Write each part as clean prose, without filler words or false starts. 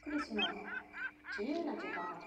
クリスの自由な時間。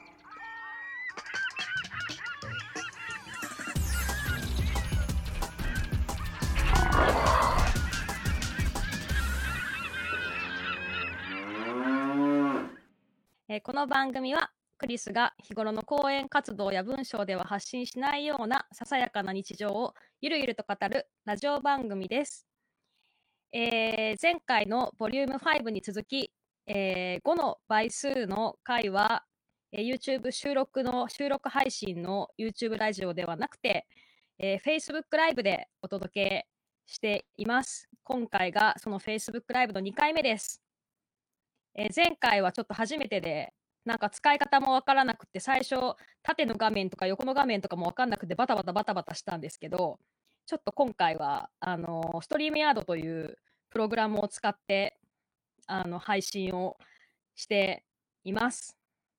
この番組はクリスが日頃の講演活動や文章では発信しないようなささやかな日常をゆるゆると語るラジオ番組です。前回のボリューム5に続き、5の倍数の回は、YouTube 収録配信の YouTube ラジオではなくて、Facebook ライブでお届けしています。今回がその Facebook ライブの2回目です。前回はちょっと初めてで、なんか使い方もわからなくて、最初、縦の画面とか横の画面とかもわかんなくて、バタバタしたんですけど、ちょっと今回は、ストリームヤードというプログラムを使って、配信をしています。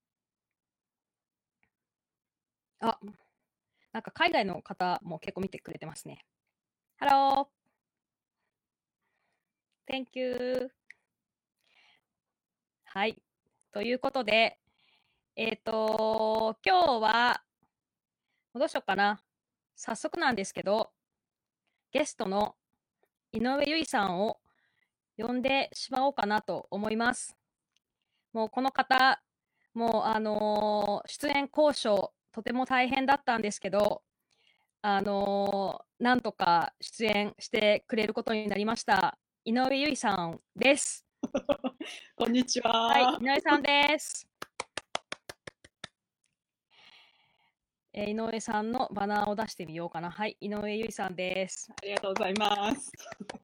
あ、なんか海外の方も結構見てくれてますね。Hello! Thank you! はい。ということで、今日は、どうしようかな。早速なんですけど、ゲストの井上由衣さんを呼んでしまおうかなと思います。もうこの方、もう出演交渉、とても大変だったんですけど、なんとか出演してくれることになりました。井上由衣さんです。 こんにちは。 はい、井上さんです。井上さんのバナーを出してみようかな。はい、井上由衣さんです。 ありがとうございます。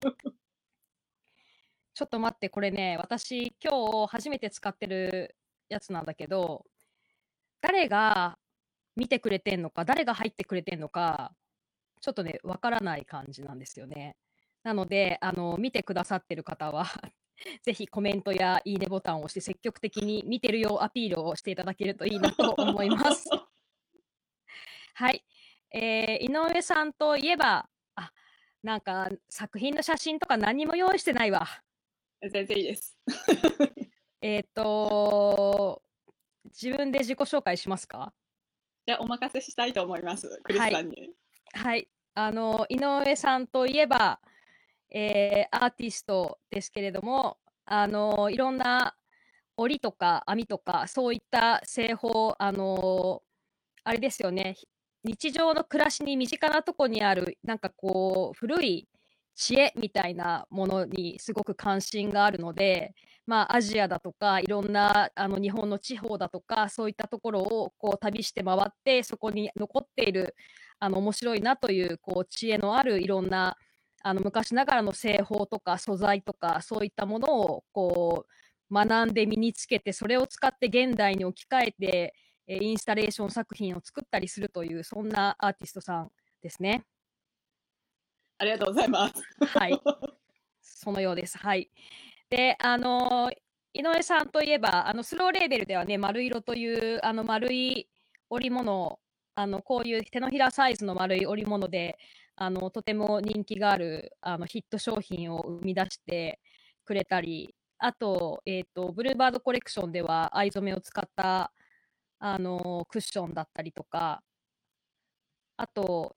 ちょっと待って、これね、私今日初めて使ってるやつなんだけど、誰が見てくれてんのか、誰が入ってくれてんのか、ちょっとね、わからない感じなんですよね。なので、見てくださってる方はぜひコメントやいいねボタンを押して積極的に見てるよアピールをしていただけるといいなと思います。はい。井上さんといえば、なんか作品の写真とか何も用意してないわ。 全然いいです。 自分で自己紹介しますか？ じゃあお任せしたいと思います。クリスさんに。 はい。井上さんといえば、アーティストですけれども、いろんな織りとか編みとか、そういった製法、あれですよね、日常の暮らしに身近なとこにある、なんかこう、古い知恵みたいなものにすごく関心があるので、まあ、アジアだとか、いろんな日本の地方だとか、そういったところをこう旅して回って、そこに残っている面白いなというこう知恵のあるいろんな昔ながらの製法とか素材とかそういったものをこう学んで身につけて、それを使って現代に置き換えてインスタレーション作品を作ったりするという、そんなアーティストさんですね。 ありがとうございます。 はい、そのようです。はい。で、井上さんといえば、スローレーベルではね、丸色という丸い織物、こういう手のひらサイズの丸い織物で、とても人気があるヒット商品を生み出してくれたり、あと、ブルーバードコレクションでは藍染めを使ったクッションだったりとか、あと、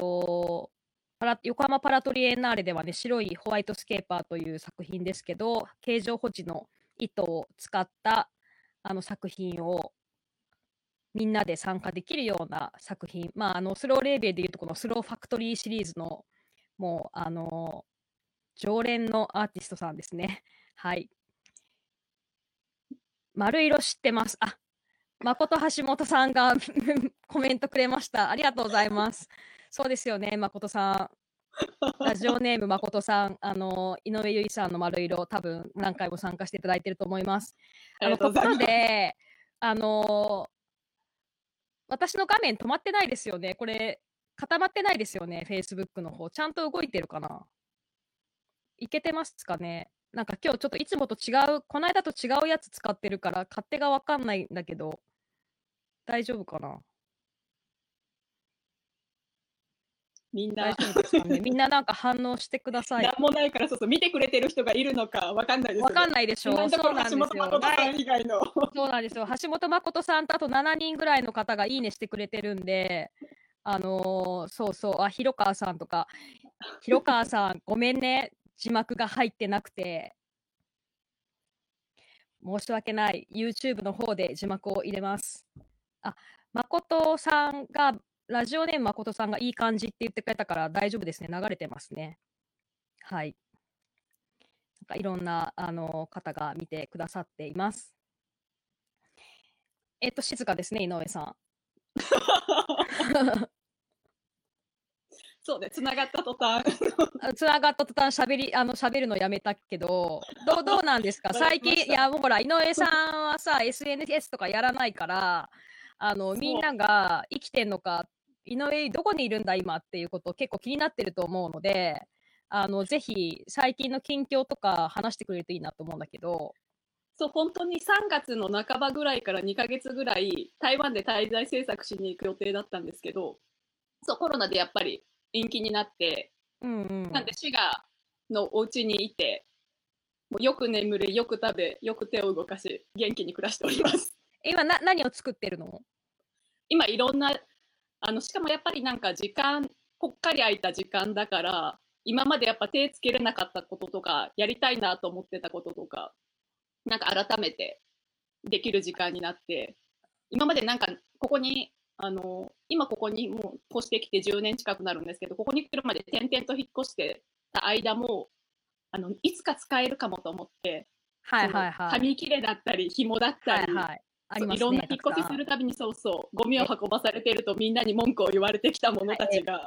横浜パラトリエンナーレではね、白いホワイトスケーパーという作品ですけど、形状保持の糸を使った作品をみんなで参加できるような作品、まあ、スローレーベルでいうとこのスローファクトリーシリーズのもう常連のアーティストさんですね。はい。丸色知ってます。誠橋本さんがコメントくれました。ありがとうございます。そうですよね、誠さん。ラジオネーム誠さん、井上由衣さんの丸色、多分何回も参加していただいていると思います。 ありがとうございます。 ところで、私の画面止まってないですよね。これ、固まってないですよね、Facebook の方。ちゃんと動いてるかな？いけてますかね？なんか今日ちょっといつもと違う、この間と違うやつ使ってるから、勝手がわかんないんだけど、大丈夫かな？ みんな。 大丈夫ですかね。みんななんか反応してください。 なんもないから、そうそう、見てくれてる人がいるのかわかんないですよね。 わかんないでしょ。 今のところ橋そうなんですよ。 本誠さん以外の。 そうなんですよ。橋本誠さんとあと7人ぐらいの方がいいねしてくれてるんで、そうそう、あ、広川さんとか、広川さん、ごめんね、字幕が入ってなくて、申し訳ない。YouTube の方で字幕を入れます。あ、誠さんが、ラジオネーム誠さんがいい感じって言ってくれたから大丈夫ですね。流れてますね。はい。なんかいろんな、方が見てくださっています。静かですね、井上さん。 そうね、つながった途端。 つながった途端喋るのやめたけど、どうなんですか最近、いや、もうほら、井上さんはさ、SNS とかやらないから、みんなが生きてんのか、井上どこにいるんだ今っていうこと結構気になってると思うので、ぜひ最近の近況とか話してくれるといいなと思うんだけど。 そう、本当に3月の半ばぐらいから2ヶ月ぐらい、台湾で滞在制作しに行く予定だったんですけど、そう、コロナでやっぱり延期になって、 うんうん。 なんで滋賀のお家にいて、もうよく眠れ、よく食べ、よく手を動かし、元気に暮らしております。 今何を作ってるの？ 今いろんな、しかもやっぱりなんか時間、ぽっかり空いた時間だから、今までやっぱ手つけれなかったこととか、やりたいなと思ってたこととか、なんか改めてできる時間になって、今までなんかここに、今ここにもう越してきて10年近くなるんですけど、ここに来るまで転々と引っ越してた間も、いつか使えるかもと思って、 はいはいはい。 紙切れだったり、紐だったり、 はいはい。ありますね。 いろんな引っ越しするたびにそうそう、ゴミを運ばされてるとみんなに文句を言われてきた者たちが。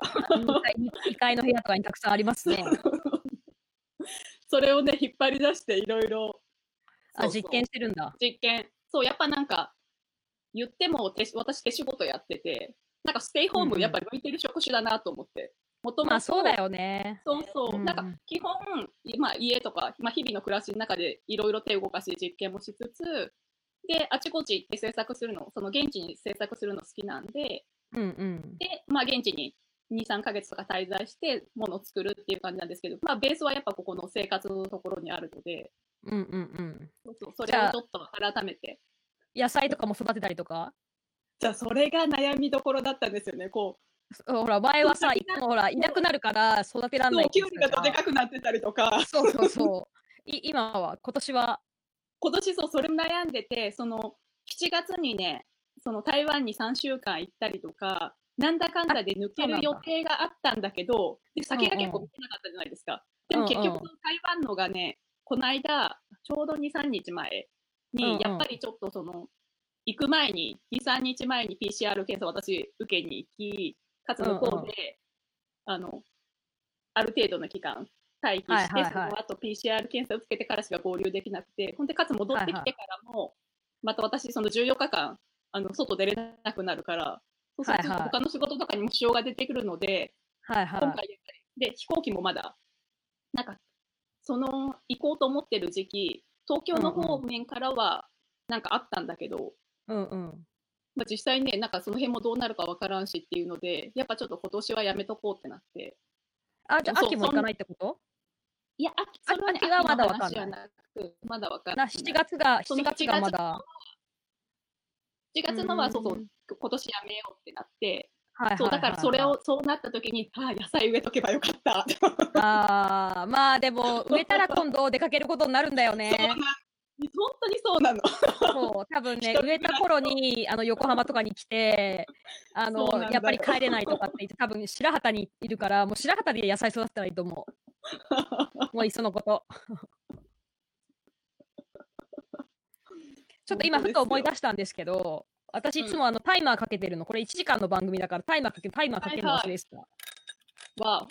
2階の部屋とかにたくさんありますね。 それをね、引っ張り出していろいろ。 実験してるんだ。 実験。そう、やっぱなんか、言っても私手仕事やってて、なんかステイホームやっぱり向いてる職種だなと思って。もともと、 まあそうだよね。 そうそう。なんか基本、まあ、家とか、まあ、日々の暮らしの中でいろいろ手を動かし実験もしつつ、で、あちこち行って制作するの、その現地に制作するの好きなんで、 うんうん、 で、まあ現地に2、3ヶ月とか滞在してものを作るっていう感じなんですけど、まあベースはやっぱここの生活のところにあるので、 うんうんうん。 それをちょっと改めて。 野菜とかも育てたりとか？ じゃあそれが悩みどころだったんですよね。こうほら前はさ、いつもほらいなくなるから育てらんないって言ってた。そう、キュウリがどでかくなってたりとか。 そうそうそう。今年はそう、それも悩んでて、その7月にね、その台湾に3週間行ったりとか、なんだかんだで抜ける予定があったんだけど、で先が結構見てなかったじゃないですか。でも結局、台湾のがね、この間、ちょうど2、3日前に、やっぱりちょっとその、行く前に、2、3日前に PCR 検査私受けに行き、かつ向こうで、ある程度の期間、待機して、その後 PCR 検査を受けてからしか合流できなくて、ほんでかつ戻ってきてからも、また私その14日間外出れなくなるから、そうすると他の仕事とかにも支障が出てくるので、今回で飛行機もまだなんかその行こうと思ってる時期、東京の方面からはなんかあったんだけど、まあ、実際ね、なんかその辺もどうなるかわからんしっていうので、やっぱちょっと今年はやめとこうってなって。 じゃあ秋も行かないってこと？ いや、秋はまだわかんない。 まだわかんない。 7月がまだ。 7月のはそうそう、今年やめようってなって、そうだからそうなった時に、野菜植えとけばよかった。 まあでも植えたら今度出かけることになるんだよね。 本当にそうなの。 そう多分ね植えた頃に横浜とかに来てやっぱり帰れないとかって言って多分白畑にいるからもう白畑で野菜育てたらいいと思う。もういっそのこと。ちょっと今ふと思い出したんですけど、私いつもタイマーかけてるの、これ1時間の番組だからタイマーかけるの忘れてた。 わ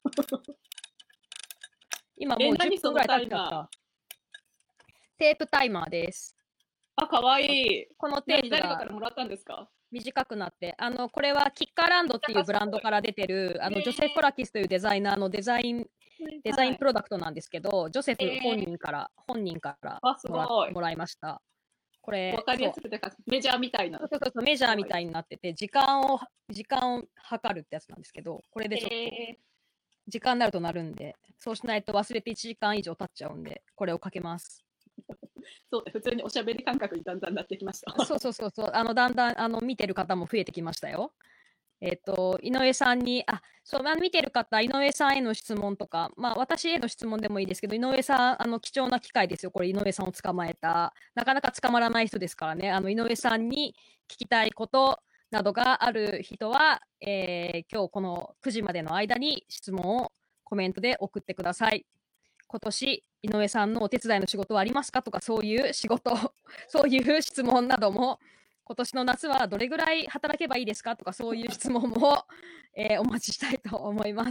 今もう10分ぐらい経っちゃった。テープタイマーです。 かわいい。 このテープが誰かからもらったんですか？ 短くなって、これはキッカーランドっていうブランドから出てるジョセフ・コラティスというデザイナーのデザインプロダクトなんですけど、ジョセフ本人からもらいました。 これ、 わかりやすくてメジャーみたいな。 そうメジャーみたいになってて、時間を測るってやつなんですけど、これでちょっと時間になるとなるんで、そうしないと忘れて1時間以上経っちゃうんで、これをかけます。 そう、普通におしゃべり感覚にだんだんなってきました。 だんだん見てる方も増えてきましたよ。井上さんに、見てる方、井上さんへの質問とか、私への質問でもいいですけど、井上さん、貴重な機会ですよ。これ、井上さんを捕まえた。なかなか捕まらない人ですからね。井上さんに聞きたいことなどがある人は、今日この9時までの間に質問をコメントで送ってください。今年、井上さんのお手伝いの仕事はありますかとか、そういう仕事、そういう質問なども、今年の夏はどれぐらい働けばいいですかとか、そういう質問も、お待ちしたいと思います。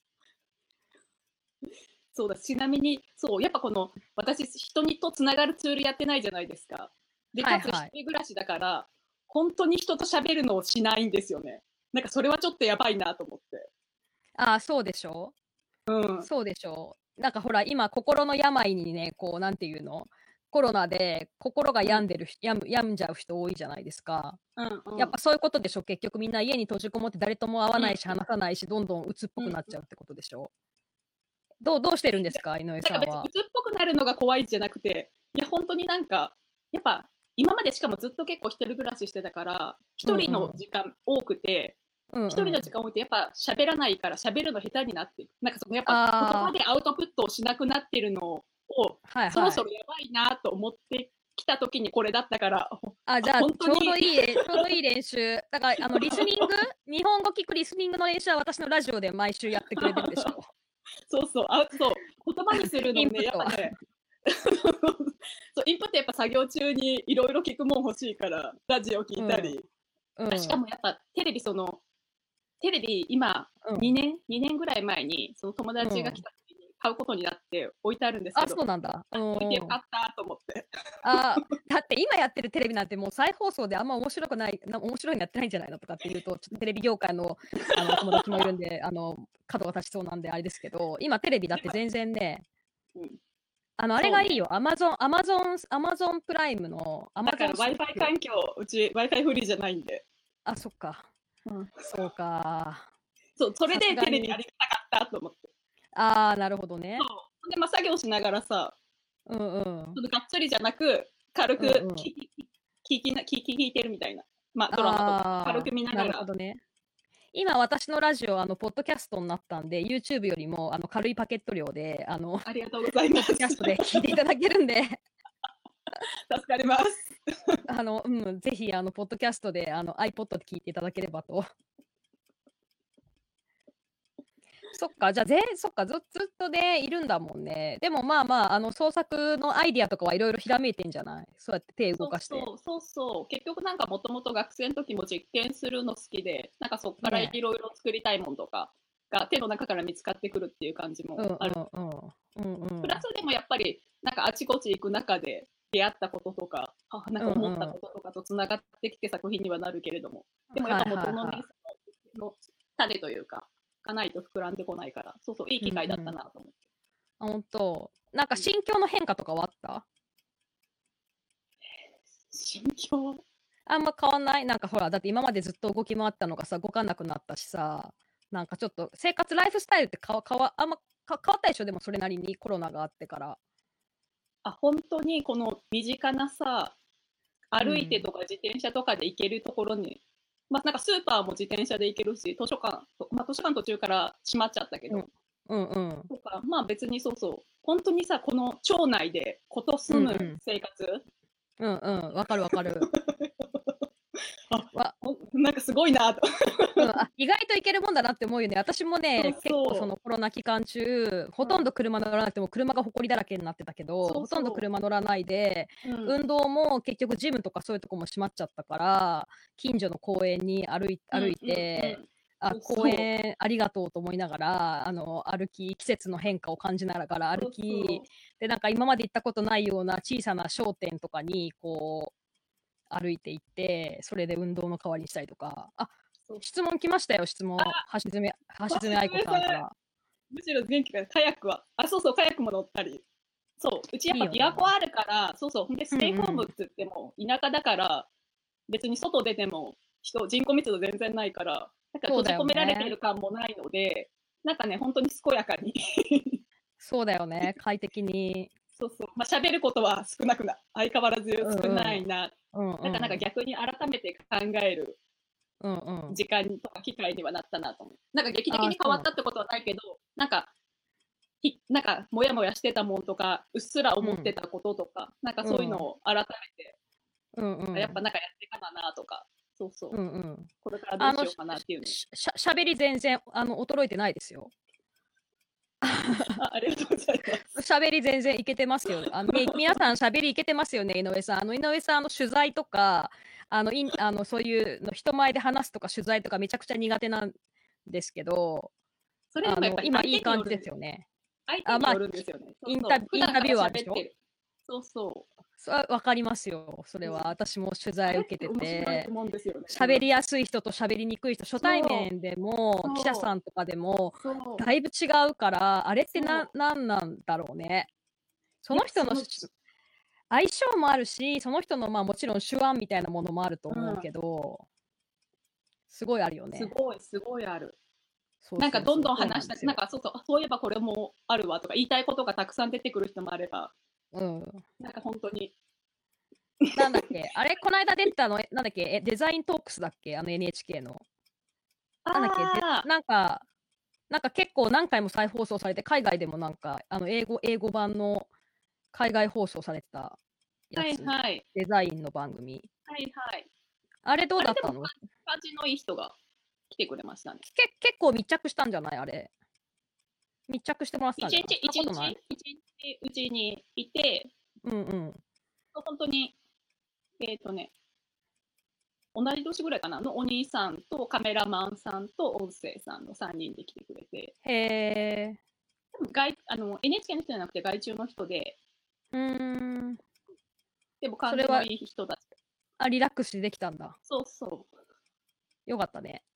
そうだ、ちなみに、そう、やっぱこの、私、人とつながるツールやってないじゃないですか。で、かつ一人暮らしだから、本当に人と喋るのをしないんですよね。なんかそれはちょっとやばいなと思って。 そうでしょう。 そうでしょなんかほら、今、心の病にね、こう、なんていうのコロナで心が病んじゃう人多いじゃないですか。やっぱそういうことでしょ結局みんな家に閉じこもって誰とも会わないし、話さないし、どんどん鬱っぽくなっちゃうってことでしょどうしてるんですか井上さんは。 鬱っぽくなるのが怖いんじゃなくて、いや、本当になんか、やっぱ、今までしかもずっと結構一人暮らししてたから、一人の時間多くて、一人の時間多いとやっぱ喋らないから喋るの下手になってなんかそのやっぱ言葉でアウトプットをしなくなってるのを、そろそろやばいなと思ってきた時にこれだったから、 じゃあちょうどいい練習だからリスニング日本語聞くリスニングの練習は私のラジオで毎週やってくれてるでしょそうそう言葉にするのねやっぱねそうインプットやっぱ作業中にいろいろ聞くもん欲しいからラジオ聞いたり、しかもやっぱテレビ今、2年ぐらい前にその友達が来た時に買うことになって置いてあるんですけど、 そうなんだ。 置いてよかったと思って。 だって今やってるテレビなんてもう再放送であんま面白いのやってないんじゃないのとかっていうと、ちょっとテレビ業界の友達もいるんで角が立ちそうなんであれですけど、今テレビだって全然ね、あれがいいよ、Amazon プライムのだから Wi-Fi 環境、うち Wi-Fi フリーじゃないんで。 そっか。そうか。 それでテレビありがたかったと思って。 なるほどね。 で、作業しながらさ、がっつりじゃなく、軽く聞いてるみたいな。ドラマとか軽く見ながら。 なるほどね。今私のラジオポッドキャストになったんで YouTube よりも軽いパケット量でありがとうございます。 ポッドキャストで聞いていただけるんで助かりますぜひポッドキャストでiPod で聞いていただければと。そっか、じゃあずっとでいるんだもんね。でも創作のアイディアとかはいろいろひらめいてんじゃないそうやって手動かして。 そう。結局なんかもともと学生の時も実験するの好きで、なんかそっからいろいろ作りたいものとかが手の中から見つかってくるっていう感じもある。プラスでもやっぱりなんかあちこち行く中で出会ったこととか、なんか思ったこととかとつながってきて作品にはなるけれども、でもやっぱ元のね、の種というか、がないと膨らんでこないから、いい機会だったなと思って。 本当。なんか心境の変化とかはあった？ 心境あんま変わんない？なんかほら、だって今までずっと動き回ったのがさ、動かなくなったしさ、なんかちょっと生活、ライフスタイルってあんま変わったでしょ？でもそれなりにコロナがあってから。 本当にこの身近なさ、歩いてとか自転車とかで行けるところに、なんかスーパーも自転車で行けるし、図書館途中から閉まっちゃったけど、とか別に本当にさ、この町内でこと住む生活、 わかるなんかすごいなと意外といけるもんだなって思うよね。私もね、結構そのコロナ期間中、ほとんど車乗らなくても車が埃だらけになってたけど、ほとんど車乗らないで、運動も結局ジムとかそういうとこも閉まっちゃったから、近所の公園に歩いて、公園ありがとうと思いながら季節の変化を感じながら歩き、でなんか今まで行ったことないような小さな商店とかにこう歩いていって、それで運動の代わりにしたりとか。質問来ましたよ、質問。橋爪愛子さんから。 むしろ元気がカヤックは、カヤックも乗ったり。 そう、うちやっぱいいよね琵琶湖あるから、そうそう、ほんでステイホームって言っても、田舎だから、別に外出ても人口密度全然ないから、だから閉じ込められてる感もないので、なんかね、本当に健やかに。 そうだよね。快適に。 そうそう。まあ、喋ることは少なくな、相変わらず少ないな。 うんうん。 だからなんか逆に改めて考えるうんうん。 時間とか機会にはなったなと思う。なんか劇的に変わったってことはないけど、なんか、なんか、もやもやしてたもんとか、うっすら思ってたこととか、なんかそういうのを改めて、 うんうん。 やっぱなんかやっていかななとか、そうそう。 うんうん。 これからどうしようかなっていうの。 喋り全然衰えてないですよ。 ありがとうございます。 喋り全然いけてますよね。皆さん喋りいけてますよね、井上さん。井上さん、取材とか、そういうの人前で話すとか取材とかめちゃくちゃ苦手なんですけど、 それでもやっぱり今いい感じですよね。 相手によるんですよね。 インタビュアーでしょ。 そうそう。 わかりますよ。それは私も取材受けてて、 喋りやすい人と喋りにくい人、初対面でも記者さんとかでもだいぶ違うから、あれってなんなんだろうね。その人の相性もあるし、その人のもちろん手腕みたいなものもあると思うけど、すごいあるよね。 すごいある。なんかどんどん話したなんかそういえばこれもあるわとか言いたいことがたくさん出てくる人もあれば、なんか本当に。 なんだっけあれ、この間出たの、なんだっけデザイントークスだっけNHK の。なんだっけなんか結構何回も再放送されて、海外でもなんか、英語版の海外放送されてたやつ。デザインの番組。あれどうだったの？ 感じのいい人が来てくれましたね。 結構密着したんじゃないあれ。密着してもらったんじゃない？ 一日うちにいて、本当に、同じ年ぐらいかなのお兄さんとカメラマンさんと音声さんの3人で来てくれて。 へー。NHK の人じゃなくて外注の人で。でも感じのいい人たち。 リラックスできたんだ。 そうそう。 よかったね。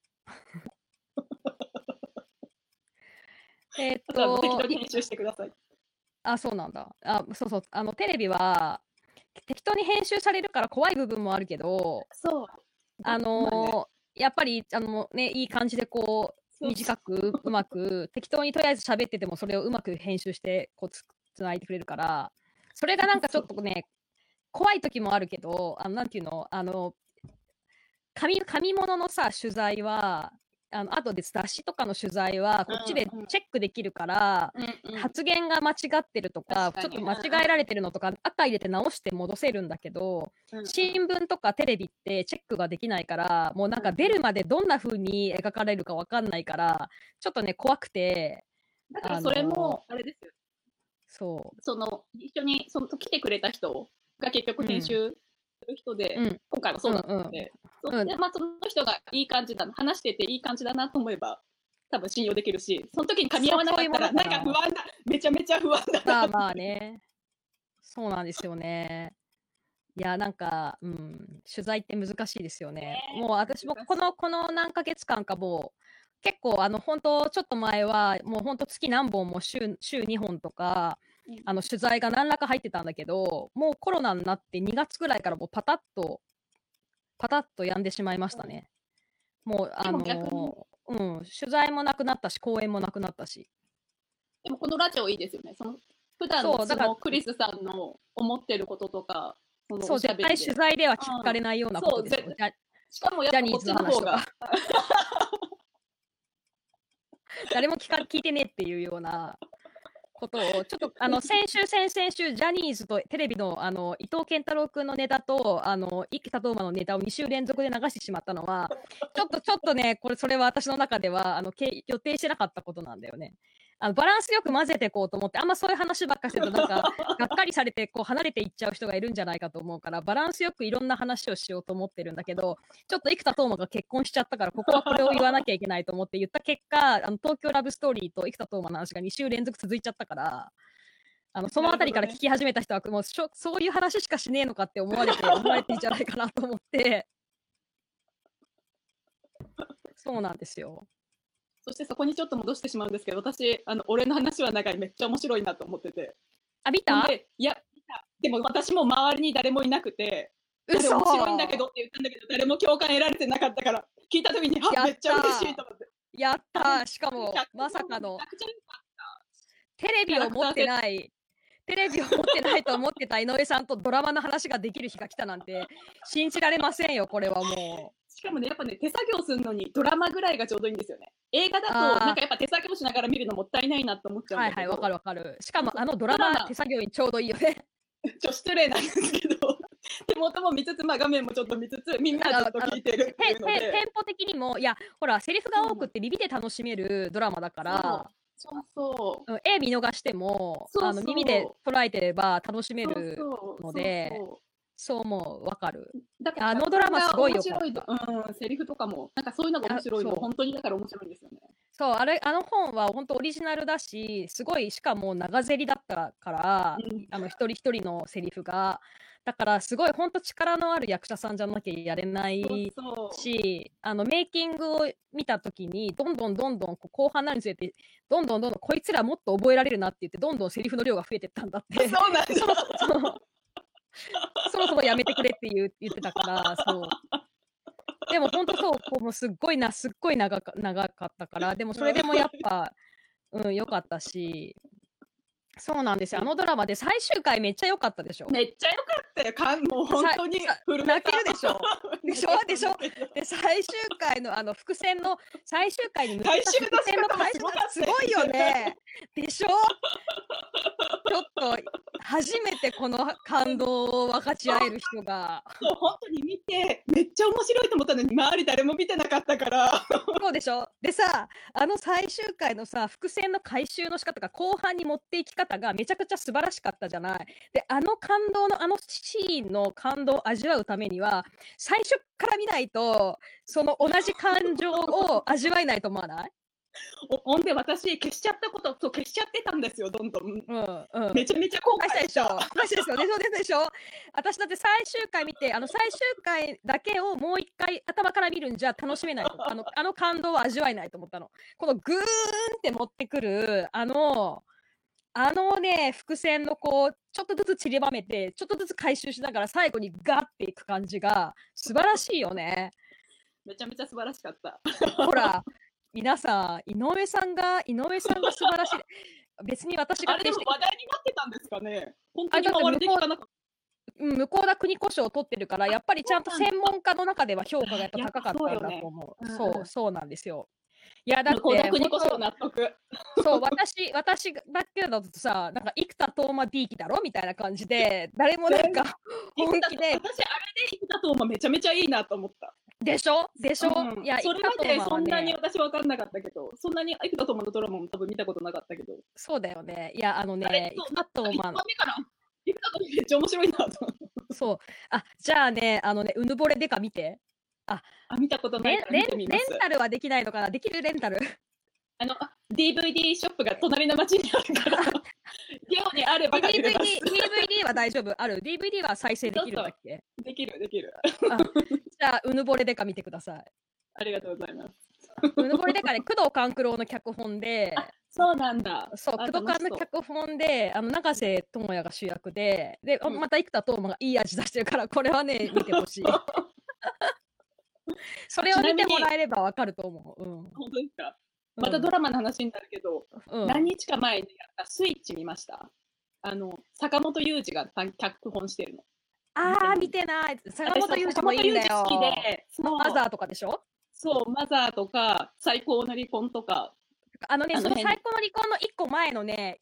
適当に編集してください。 あ、そうなんだ。そうそう。テレビは適当に編集されるから怖い部分もあるけど、やっぱりいい感じでこう短くうまく適当にとりあえず喋っててもそれをうまく編集してこうつないでくれるから、それがなんかちょっとね怖い時もあるけど、なんていうの紙物のさ取材は後で雑誌とかの取材はこっちでチェックできるから、発言が間違ってるとかちょっと間違えられてるのとか赤入れて直して戻せるんだけど、新聞とかテレビってチェックができないから、もうなんか出るまでどんな風に描かれるか分かんないからちょっとね怖くて。 だからそれもあれですよ。一緒に来てくれた人が結局編集する人で、今回はそうだったので、その人がいい感じだな、話してていい感じだなと思えば多分信用できるし、その時に噛み合わなかったらなんか不安だ、めちゃめちゃ不安だ。 まあね、そうなんですよね。いやなんか、取材って難しいですよね。もう私もこの何ヶ月間かもう結構本当ちょっと前はもう本当月何本も週2本とか取材が何らか入ってたんだけど、もうコロナになって2月ぐらいからもうパタッとやんでしまいましたね。もう取材もなくなったし講演もなくなったし。 でもこのラジオいいですよね。普段のクリスさんの思ってることとか、 そう絶対取材では聞かれないようなことですよ。 しかもやっぱこっちの方が誰も聞いてねっていうようなことをちょっと先週ジャニーズとテレビの伊藤健太郎君のネタと生田斗真のネタを2週連続で流してしまったのはちょっとねそれは私の中では予定してなかったことなんだよね。バランスよく混ぜていこうと思って、あんまそういう話ばっかしてるとなんかがっかりされてこう離れていっちゃう人がいるんじゃないかと思うから、バランスよくいろんな話をしようと思ってるんだけど、ちょっと生田斗真が結婚しちゃったからここはこれを言わなきゃいけないと思って言った結果、東京ラブストーリーと生田斗真の話が2週連続続いちゃったから、そのあたりから聞き始めた人はもうそういう話しかしねえのかって思われてんじゃないかなと思ってそうなんですよ。 そしてそこにちょっと戻してしまうんですけど、私俺の話はなんかめっちゃ面白いなと思ってて、 あ、見た？ ほんで、いや、でも私も周りに誰もいなくて、面嘘。 白いんだけどって言ったんだけど、誰も共感得られてなかったから、聞いたときに、 やったーめっちゃ嬉しいと思って。 やったー。しかもまさかのテレビを持ってないと思ってた井上さんとドラマの話ができる日が来たなんて信じられませんよ。これはもう。 しかもね、やっぱね、手作業するのにドラマぐらいがちょうどいいんですよね。映画だと、なんかやっぱ手作業しながら見るのもったいないなと思っちゃうんだけど。 はいはい、わかるわかる。しかもドラマ手作業にちょうどいいよね。 ちょっと失礼なんですけど、手元も見つつ、まあ、画面もちょっと見つつ、みんなちょっと聞いてるっていうので。 テンポ的にも、いや、ほら、セリフが多くって耳で楽しめるドラマだから、絵見逃しても、耳で捉えてれば楽しめるので、そう思う、わかる。 だからドラマすごいよかった。セリフとかも、なんかそういうのが面白いの、本当にだから面白いんですよね。 そう、本は本当オリジナルだし、すごい、しかも長ゼリだったから、一人一人のセリフが。だからすごい本当力のある役者さんじゃなきゃやれないし、メイキングを見た時にどんどん後半になるにつれてどんどんこいつらもっと覚えられるなって言ってどんどんセリフの量が増えてったんだって。 そうなんです。 そろそろやめてくれって言ってたから、そう。でも本当そう、もうすっごい長かったから、でもそれでもやっぱ、良かったし、そうなんですよ。ドラマで最終回めっちゃ良かったでしょ。 めっちゃ良かったよ。もう本当に泣けるでしょ。でしょ。で、最終回の伏線の、最終回に向けた伏線の回収がすごいよね。でしょ。ちょっと、初めてこの感動を分かち合える人が。 そう、本当に見て、めっちゃ面白いと思ったのに、周り誰も見てなかったから。 そうでしょ。でさ、最終回のさ、伏線の回収の仕方が後半に持っていき方がめちゃくちゃ素晴らしかったじゃない。で、感動のシーンの感動を味わうためには、最初から見ないと、その同じ感情を味わえないと思わない？ ほんで私消しちゃったこと消しちゃってたんですよ、どんどん。めちゃめちゃ後悔した。そうでしょ。私だって最終回見て、最終回だけをもう一回頭から見るんじゃ楽しめないと。感動を味わえないと思ったの。このグーンって持ってくる、ね、伏線のこう、ちょっとずつ散りばめて、ちょっとずつ回収しながら最後にガッていく感じが素晴らしいよね。 めちゃめちゃ素晴らしかった。 ほら、皆さん、井上さんが素晴らしい。別に私があれでも話題になってたんですかね。本当に回れて聞かなかった。 向田邦子賞を取ってるから、やっぱりちゃんと専門家の中では評価がやっぱ高かったんだと思う。そうなんですよ。いやだって向田邦子賞納得。 そう、私だけだとさ、なんか生田斗真 B 期だろみたいな感じで、誰もなんか本気で。 私あれで生田斗真めちゃめちゃいいなと思った。 でしょ、 いや、それまでそんなに私分かんなかったけど、そんなに生田斗真のドラマも多分見たことなかったけど。 そうだよね。いや、生田斗真。 生田斗真めっちゃ面白いなと。 そう。じゃあね、うぬぼれデカ見て。 見たことないから見てみます。 レンタルはできないのかな？できるレンタル DVD ショップが隣の町にあるから、寮にあれば借りれます。 DVD は大丈夫。ある。DVD は再生できるんだっけ？ できる。 じゃあ、うぬぼれデカ見てください。 ありがとうございます。 うぬぼれデカね、工藤官九郎の脚本で、 そうなんだ。 そう、工藤官の脚本で、永瀬智也が主役で、また生田斗真がいい味出してるから、これはね、見てほしい。それを見てもらえればわかると思う。 本当ですか？またドラマの話になるけど、何日か前にやったスイッチ見ました？坂本雄二が脚本してるの。 見てない。坂本雄二もいいんだよ。 好きで、 マザーとかでしょ？ そう、マザーとか、最高の離婚とか。 その最高の離婚の一個前のね、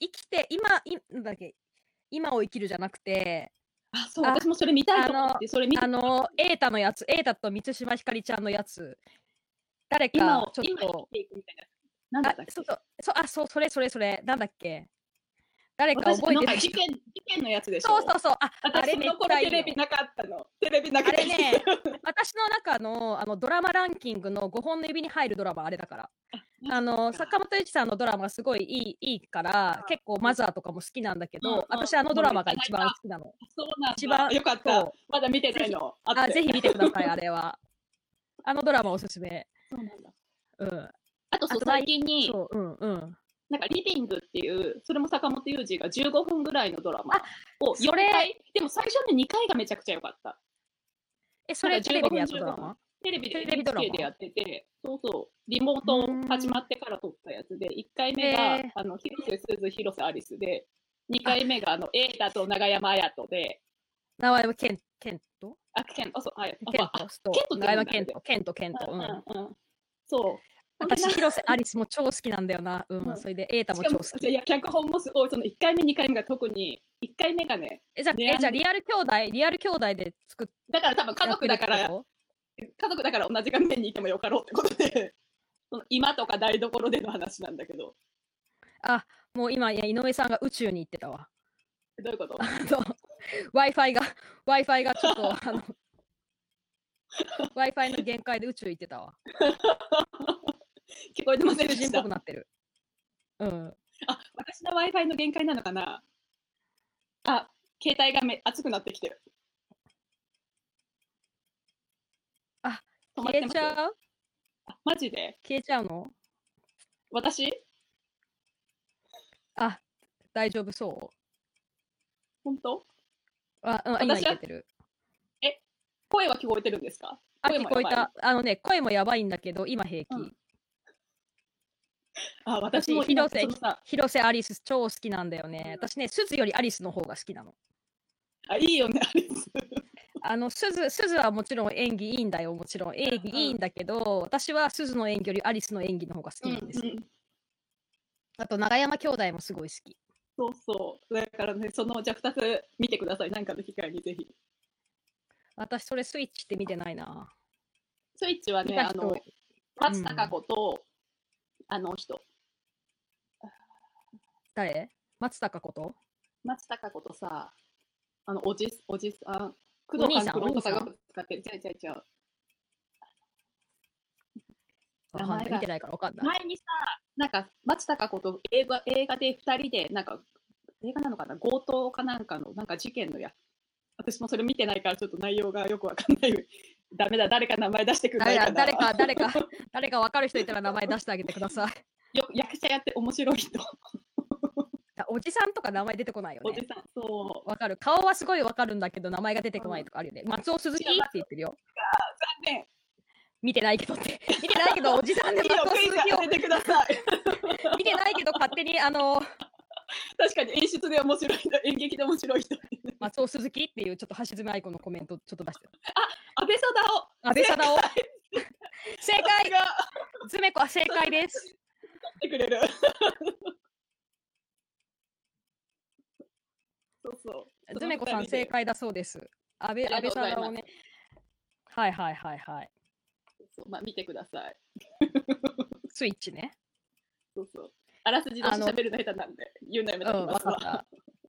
今を生きるじゃなくて、 そう、私もそれ見たいと思って、それ見た。 瑛太のやつ、瑛太と満島ひかりちゃんのやつ。誰か、ちょっと。 なんだっけ？ それ、なんだっけ？誰か覚えてない？ 事件のやつでしょ？ そう。 あれめっちゃいいよ。テレビなかったの。あれね、私の中のドラマランキングの5本の指に入るドラマあれだから。坂本龍一さんのドラマがすごいいいから、結構マザーとかも好きなんだけど、私ドラマが一番好きなの。 そうなんだ。よかった。まだ見てないの。 ぜひ見てください、あれは。ドラマおすすめ。 そうなんだ。あと最近に、 なんかリビングっていう、それも坂本雄二が15分ぐらいのドラマを4 それ回、でも最初の2回がめちゃくちゃ良かった。 それなんかテレビでやった 15 ドラマ？ テレビでテレビドラマ NHK でやってて、そうそう、リモート始まってから撮ったやつで、1回目が広瀬すず、広瀬アリスで、2回目が瑛太と永山綾人で、 名前はケントケント、そう、 ケント、永山ケント、ケント、 そう。 私、広瀬アリスも超好きなんだよな。それで、瑛太も超好き。 いや、脚本もすごい、その1回目、2回目が特に、1回目がね。 じゃあ、リアル兄弟で作っだから多分家族だから同じ画面にいてもよかろうってことで、その今とか台所での話なんだけど。 あ、もう今、井上さんが宇宙に行ってたわ。 どういうこと？ Wi-Fi がちょっと、Wi-Fi の限界で宇宙行ってたわ。 聞こえてませんでした。 宇宙人っぽくなってる。 私の Wi-Fi の限界なのかな。携帯が熱くなってきてる。 消えちゃう？ マジで？ 消えちゃうの？ 私？ 大丈夫そう？ 本当？ 今いけてる。 声は聞こえてるんですか？ 聞こえた。声もやばいんだけど、今平気。 私も広瀬アリス超好きなんだよね。私ね、すずよりアリスの方が好きなの。 いいよね、アリス。 すずはもちろん演技いいんだよ。もちろん演技いいんだけど、私はすずの演技よりアリスの演技の方が好きなんですよ。あと、永山兄弟もすごい好き。 そうそう。だからね、じゃあ2つ見てください。なんかの機会にぜひ。 私、それスイッチって見てないな。 スイッチはね、松たか子と、あの人。 誰？松たか子と？ 松たか子とさ、おじさん、工藤官九郎とかが使ってる。違う。 見てないから分かんない。 前にさ、なんか松たか子と映画で2人で、なんか、映画なのかな、強盗かなんかの、なんか事件の私もそれ見てないからちょっと内容がよくわかんない。ダメだ、誰か名前出してくれないかな。 誰か分かる人いたら名前出してあげてください。 役者やって面白い人。 おじさんとか名前出てこないよね。 おじさん、そう。 わかる。顔はすごいわかるんだけど、名前が出てこないとかあるよね。松尾鈴木って言ってるよ。 残念。 見てないけど、おじさんで松尾鈴木を。 見てください。 見てないけど、勝手に確かに演出で面白い人、演劇で面白い人。 松尾鈴木っていうちょっと橋爪愛子のコメントちょっと出してる。 安倍貞夫。 正解が。ズメコは正解です。 ってくれる。そう。 ズメコさん正解だそうです。安倍貞夫ね。はい。 まあ見てください。 スイッチね。 そう。あらすじの喋るの下手なんで言うのやめときますわ。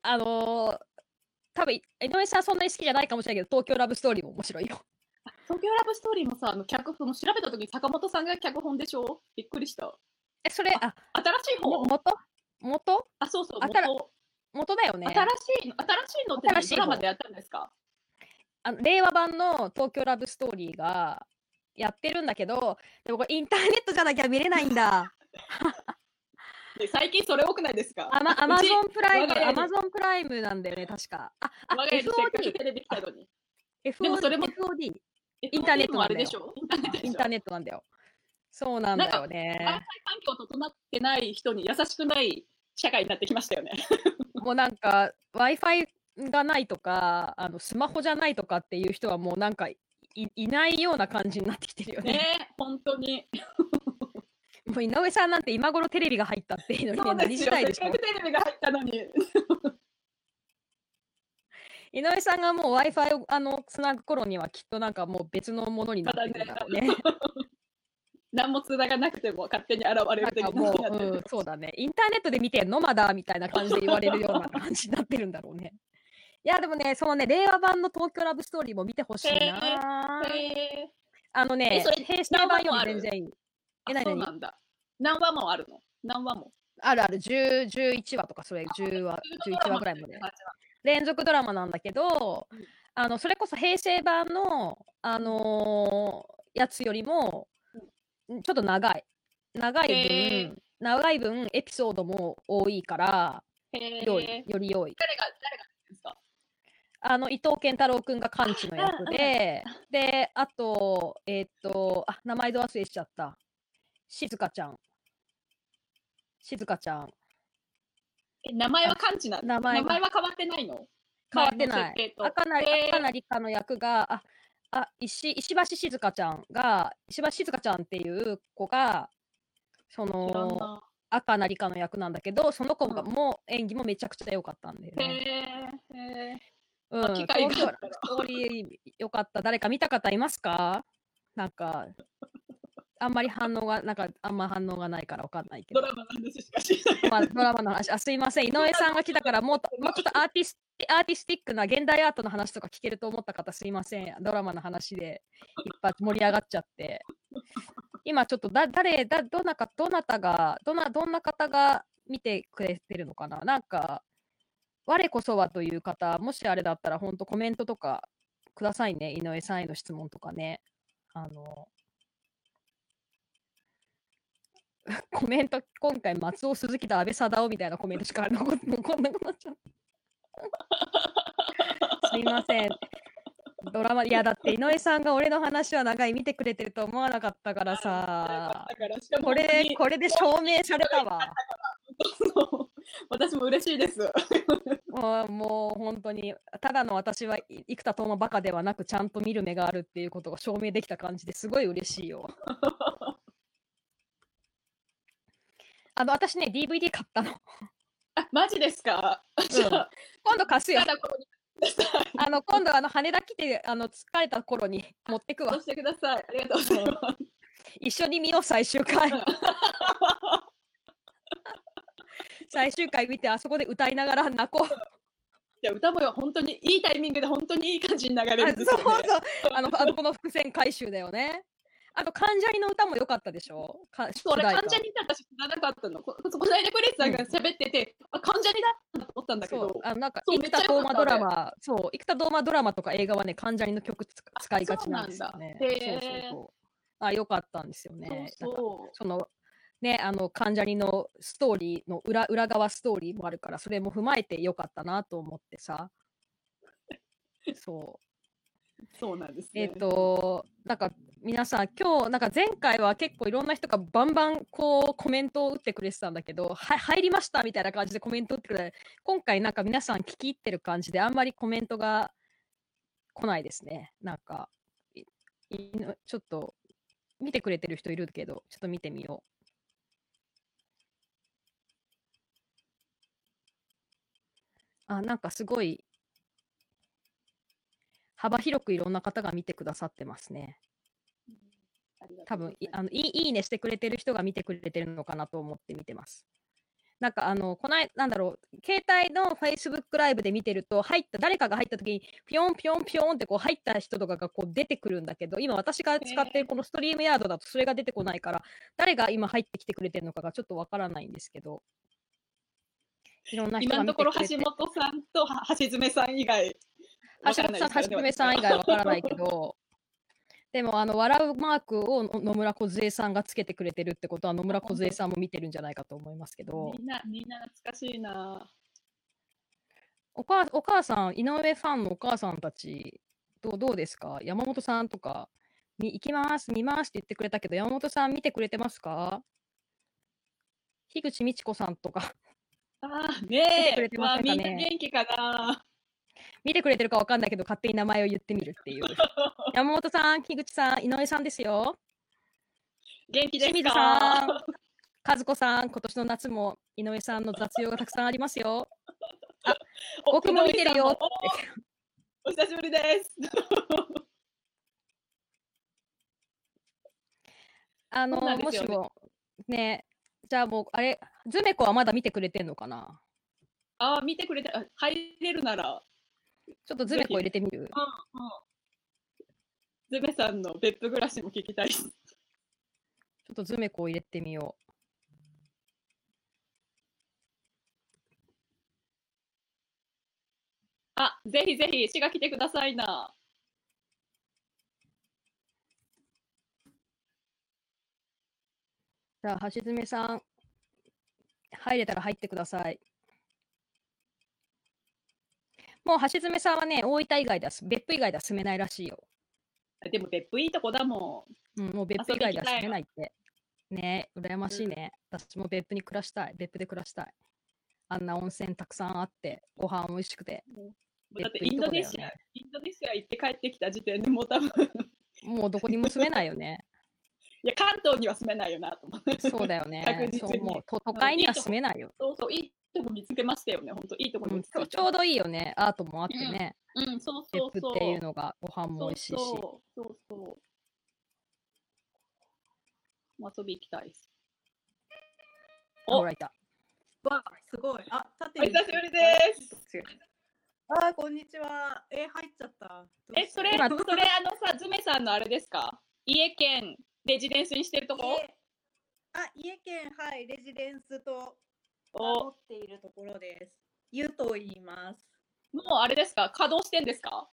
多分井上さんそんなに好きじゃないかもしれないけど、東京ラブストーリーも面白いよ。 東京ラブストーリーもさ、脚本調べたときに坂本さんが脚本でしょ？びっくりした。 それ新しい方？ 元？ そう。 元だよね。 新しいのってドラマでやったんですか？ 令和版の東京ラブストーリーがやってるんだけど、でもこれインターネットじゃなきゃ見れないんだ。 最近それ多くないですか？ アマゾンプライムなんだよね、確か。 FOD。テレビ来たのに。 でもそれも FOD。インターネットなんだよ。インターネットなんだよ。そうなんだよね。 Wi-Fi 環境整ってない人に優しくない社会になってきましたよね。 もうなんか Wi-Fi がないとかスマホじゃないとかっていう人はもうなんか いないような感じになってきてるよね。 ね、本当に。 もう井上さんなんて今頃テレビが入ったっていうのに何時代でしょ。 せっかくテレビが入ったのに。 井上さんがもう Wi-Fi をつなぐ頃にはきっとなんかもう別のものになってるんだろうね。 何もつながなくても勝手に現れる的なそうだね。インターネットで見てんのまだみたいな感じで言われるような感じになってるんだろうね。いやでもね、そのね、令和版の東京ラブストーリーも見てほしいな。平成版より全然いい。 そうなんだ。何話もあるの？何話もある。11話とかそれ10話、11話ぐらいまで。連続ドラマなんだけど、それこそ平成版の、やつよりも、ちょっと長い分、 長い分エピソードも多いからよへり良い。 誰がですか？ 伊藤健太郎くんがカンチの役で、で、あと、名前ど忘れしちゃった。静香ちゃん。 名前はカンチなの？ 名前は変わってないの？ 変わってない。 前の設定と赤名理香の役が、石橋静香ちゃんっていう子が、そ知らんの、 な。 赤名理香の役なんだけど、その子がもう演技もめちゃくちゃ良かったんだよね。 機会があったらストーリー良かった。誰か見た方いますか？なんか、あんま反応がないから分かんないけど。 ドラマの話しかしない。 ドラマの話、すいません。井上さんが来たから、もうちょっとアーティスティックな現代アートの話とか聞けると思った方、すいません。ドラマの話で一発盛り上がっちゃって。今ちょっとどんな方が見てくれてるのかな。なんか、我こそはという方、もしあれだったら、本当コメントとかくださいね。井上さんへの質問とかね。コメント、今回、松尾鈴木と安倍貞夫みたいなコメントしか残ってこんなことなっちゃった。すいません。ドラマ、いや、だって井上さんが俺の話は長い見てくれてると思わなかったからさ、これで証明されたわ。 私も嬉しいです。 もう本当に、ただの私は生田斗真バカではなく、ちゃんと見る目があるっていうことが証明できた感じですごい嬉しいよ。私ね、DVD 買ったの。 マジですか？ 今度貸すよ。今度羽田来て疲れた頃に持ってくわ。 そうしてください。ありがとうございます。 一緒に見よう、最終回。最終回見て、あそこで歌いながら泣こう。 いや、歌も本当にいいタイミングで本当にいい感じに流れるんですよね。 この伏線回収だよね。関ジャニの歌も良かったでしょ？ それ関ジャニって私知らなかったの。この間クリスさんが喋ってて、関ジャニだと思ったんだけど。 なんか生田斗真ドラマ、生田斗真ドラマとか映画はね、関ジャニの曲使いがちなんですよね。良かったんですよね。そのね、関ジャニのストーリーの裏側ストーリーもあるから、それも踏まえて良かったなと思ってさ。 そうなんですね。 なんか皆さん今日なんか前回は結構いろんな人がバンバンこうコメントを打ってくれてたんだけど、入りましたみたいな感じでコメント打ってくれて、今回なんか皆さん聞き入ってる感じであんまりコメントが来ないですね。なんかちょっと見てくれてる人いるけど、ちょっと見てみよう。なんかすごい幅広くいろんな方が見てくださってますね。多分いいねしてくれてる人が見てくれてるのかなと思って見てます。なんかなんだろう、携帯の Facebook ライブで見てると、誰かが入った時に、ピョンピョンピョンってこう入った人とかがこう出てくるんだけど、今私が使ってるこのストリームヤードだとそれが出てこないから、誰が今入ってきてくれてるのかがちょっとわからないんですけど、いろんな人が見てくれて。 今のところ橋本さんと橋爪さん以外。 橋本さん、橋爪さん以外わからないけど、でも笑うマークを野村梢さんがつけてくれてるってことは野村梢さんも見てるんじゃないかと思いますけど。 みんな懐かしいな。 お母さん、井上ファンのお母さんたちどうですか？山本さんとか行きます見ますって言ってくれたけど、山本さん見てくれてますか？樋口美智子さんとかね見てくれてますかね？ みんな元気かな。 見てくれてるかわかんないけど勝手に名前を言ってみるっていう山本さん、樋口さん、井上さんですよ。 元気ですか？ 清水さん、和子さん、今年の夏も井上さんの雑用がたくさんありますよ。僕も見てるよってお久しぶりですもしもね、じゃあもうズメコはまだ見てくれてんのかな？ 見てくれて、入れるならちょっとズメコ入れてみる？ ズメさんの別府暮らしも聞きたいです。ちょっとズメコを入れてみよう。 ぜひぜひ、滋賀来てくださいな。 じゃあ、橋爪さん、 入れたら入ってください。もう橋爪さんはね、大分以外では、別府以外では住めないらしいよ。 でも別府いいとこだももう別府以外では住め遊び行きたいわないって。ね、羨ましいね。私も別府に暮らしたい。別府で暮らしたい。あんな温泉たくさんあって、ご飯美味しくて。 ん。だって別府いいとこだよね。 インドネシア行って帰ってきた時点でもう多分もうどこにも住めないよね。 いや、関東には住めないよなと思って。 そうだよね。 確実にそう思う。都会には住めないよ。 そうそう、いいとこ見つけましたよね。本当いいとこ見つけた。 ちょうどいいよね。アートもあってね。 そうそうそう。 別府っていうのがご飯も美味しいし。 そうそう。遊び行きたいです。 ほらいた。 わあ、すごい。あ、縦にお久しぶりです。 あ、こんにちは。入っちゃった。 それ今ズメさんのあれですか？家兼レジデンスにしてるとこ？ 家兼、はい、レジデンスと名お、 乗っているところです。ゆと言います。 もうあれですか？稼働してんですか？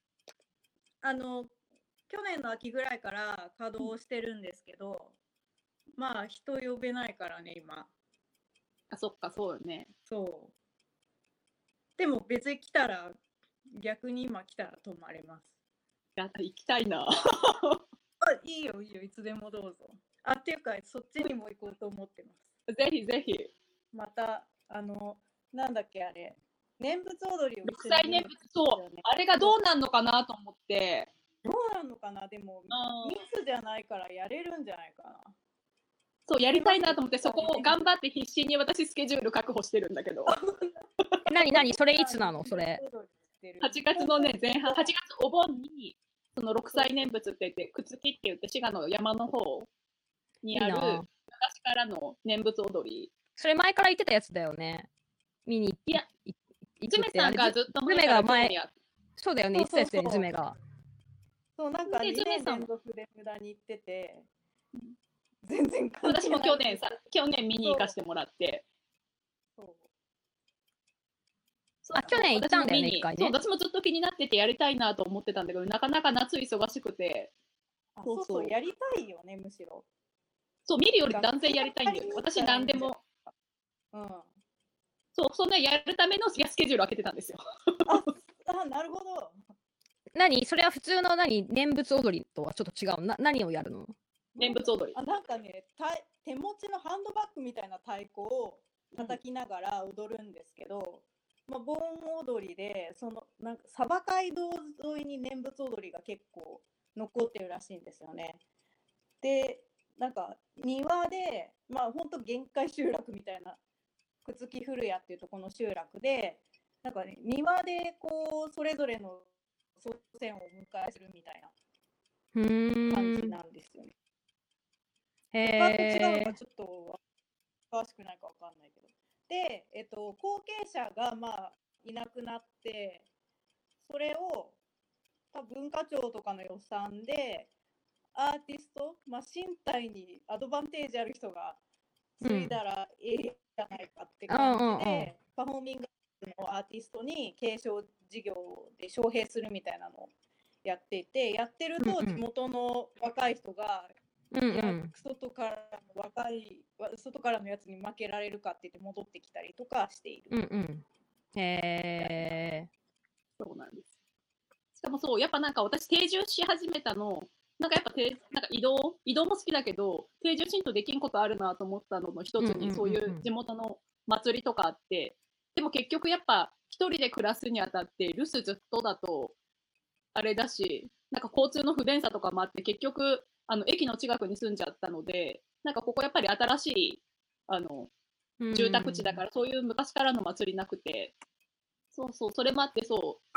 去年の秋ぐらいから稼働してるんですけど、まあ、人呼べないからね、今。 あ、そっか、そうよね。 そう。でも別に来たら、逆に今来たら泊まれます。 やった行きたいな。 いいよ、いいよ、いつでもどうぞ。っていうか、そっちにも行こうと思ってます。 ぜひぜひ。 また、なんだっけ、あれ、念仏踊りを 6歳念仏、そう。あれがどうなんのかなと思って。 どうなんのかな、でも、ミスじゃないからやれるんじゃないかな。 そう、やりたいなと思って、そこを頑張って必死に私スケジュール確保してるんだけど。 何それいつなのそれ。 8月のね、前半、8月お盆に、その6歳念仏って言って、朽木って言って滋賀の山の方にある昔からの念仏踊り。 それ前から言ってたやつだよね。見にいや、 行ズメさんがずっと前から興味ある。そうだよね、言ってたやつだよね、 そうそうそうズメが。 そう、なんか2年連続で無駄に行ってて、全然私も去年見に行かせてもらって。 去年行ったんだよね、一回ね。 そう、私もずっと気になっててやりたいなと思ってたんだけど、なかなか夏忙しくて。 そうそう、やりたいよね、むしろ。 そう、見るより断然やりたいんだよね。私何でも。そう、そんなやるためのスケジュール開けてたんですよ。 なるほど。 それは普通の念仏踊りとはちょっと違う。何をやるの？ 念仏踊り。 なんかね、手持ちのハンドバッグみたいな太鼓を叩きながら踊るんですけど、盆踊りで、なんか鯖街道沿いに念仏踊りが結構残ってるらしいんですよね。で、なんか庭で、ほんと限界集落みたいな、朽木古屋っていうとこの集落で、なんかね、庭でこう、それぞれの祖先をお迎えするみたいな感じなんですよね。他と違うのかちょっと詳しくないかわかんないけど。で、後継者がいなくなって、それを文化庁とかの予算でアーティスト、身体にアドバンテージある人が継いだらええじゃないかって感じで、パフォーミングのアーティストに継承事業で招聘するみたいなのをやっていて、やってると地元の若い人が、外からのやつに負けられるかって言って戻ってきたりとかしている。 そうなんです。しかもそう、やっぱなんか私定住し始めたの、なんかやっぱなんか移動も好きだけど、定住しんとできんことあるなと思ったのの一つに、そういう地元の祭りとかあって、でも結局やっぱ一人で暮らすにあたって留守ずっとだとあれだし、なんか交通の不便さとかもあって、結局駅の近くに住んじゃったので、なんかここやっぱり新しい住宅地だから、そういう昔からの祭りなくて、そうそう、それもあって、そう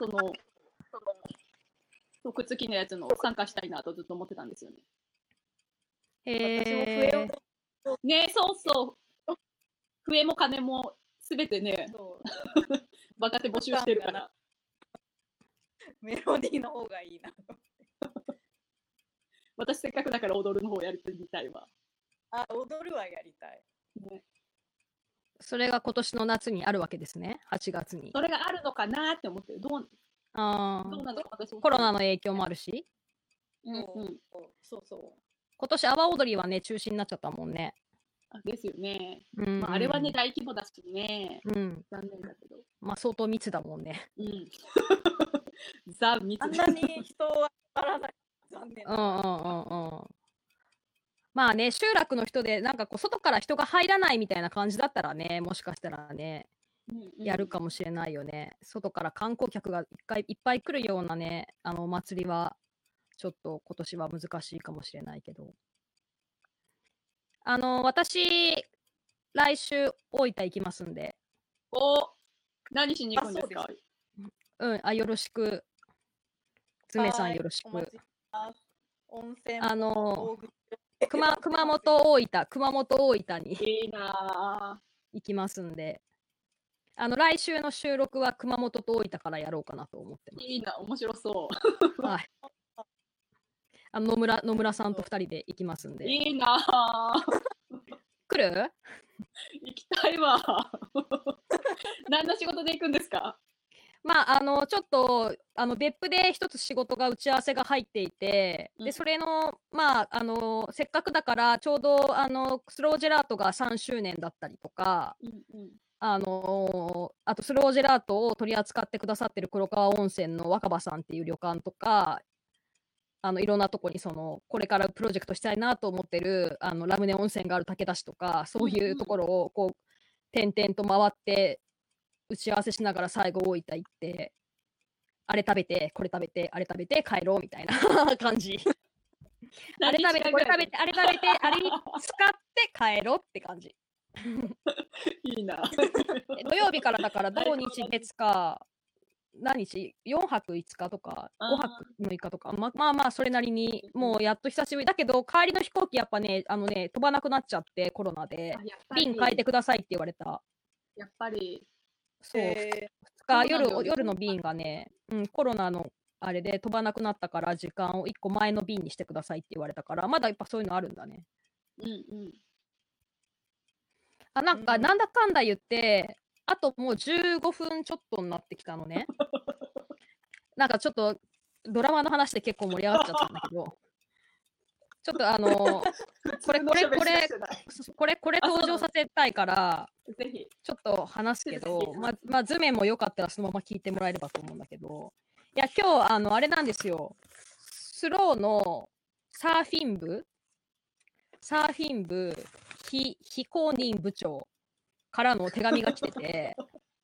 朽木のやつの参加したいなとずっと思ってたんですよね。 私も笛をね、そうそう。笛も金もすべてね、若手募集してるから。 メロディーの方がいいな。 私せっかくだから踊るの方やりたいわ。 踊るはやりたい。 ね、 それが今年の夏にあるわけですね、8月に。 それがあるのかなって思ってる。どうなのか私もコロナの影響もあるし。 そうそう。 今年阿波踊りはね、中止になっちゃったもんね。 ですよね。 うんうんまあ、あれはね、大規模だしね。 うん。 残念だけど。 まあ相当密だもんね。 うん。ザ・密あんなに人は集まらない。残念うんながら。 うんうんうん。まあね、集落の人で、なんかこう、外から人が入らないみたいな感じだったらね、もしかしたらね、やるかもしれないよね。外から観光客がいっぱい来るようなね、お祭りは、ちょっと今年は難しいかもしれないけど。私、来週、大分行きますんで。 お、何しに行くんですか？ うん、よろしく。ズメさんよろしお待ちく。 してます。温泉あの大口熊本、大分にいいな行きますんで、来週の収録は熊本と大分からやろうかなと思ってぁ。 ます。 いいな、面白そはい。野村さんと2人で行きますんう。 で。 いいなぁ。 来る？ 行きたいわ。何の仕事で行くんですか？ まあ、ちょっと、別府で一つ仕事が打ち合わせが入っていて、で、それの、まあ、せっかくだから、ちょうど、スロージェラートが3周年だったりとか、あとスロージェラートを取り扱ってくださってる黒川温泉の若葉さんっていう旅館とか、いろんなとこにこれからプロジェクトしたいなと思ってる、ラムネ温泉がある武田市とか、そういうところを、こう、点々と回って、打ち合わせしながら最後大分行って、あれ食べて、これ食べて、あれ食べて、帰ろうみたいな感じ。あれ食べて、これ食べて、あれ食べて、あれに使って帰ろうって感じ。 いいな。 土曜日からだから土日月か、何日 ?4 泊5日とか、5泊6日とか、まあまあ、それなりに、もうやっと久しぶり。だけど、帰りの飛行機やっぱね、飛ばなくなっちゃって、コロナで。便変えてくださいって言われた。 やっぱり。 そう。2日、夜の便がね、コロナのあれで飛ばなくなったから、時間を1個前の便にしてくださいって言われたから、まだやっぱそういうのあるんだね。なんか、なんだかんだ言って、あともう15分ちょっとになってきたのね。なんかちょっと、ドラマの話で結構盛り上がっちゃったんだけど、ちょっとこれ登場させたいから、 ぜひ。 ちょっと話すけど、まあ、図面もよかったらそのまま聞いてもらえればと思うんだけど、いや、今日、あれなんですよ。スローのサーフィン部、非公認部長からの手紙が来てて、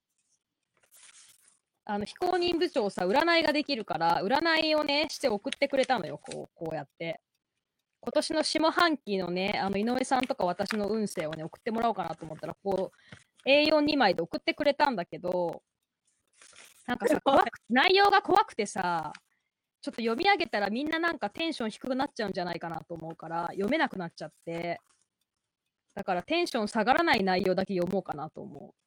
非公認部長さ、占いができるから、占いをね、して送ってくれたのよ、こうやって。今年の下半期のね、井上さんとか私の運勢をね、送ってもらおうかなと思ったら、こう、A42 枚で送ってくれたんだけど、なんかさ、内容が怖くてさ、ちょっと読み上げたらみんななんかテンション低くなっちゃうんじゃないかなと思うから、読めなくなっちゃって、だからテンション下がらない内容だけ読もうかなと思う。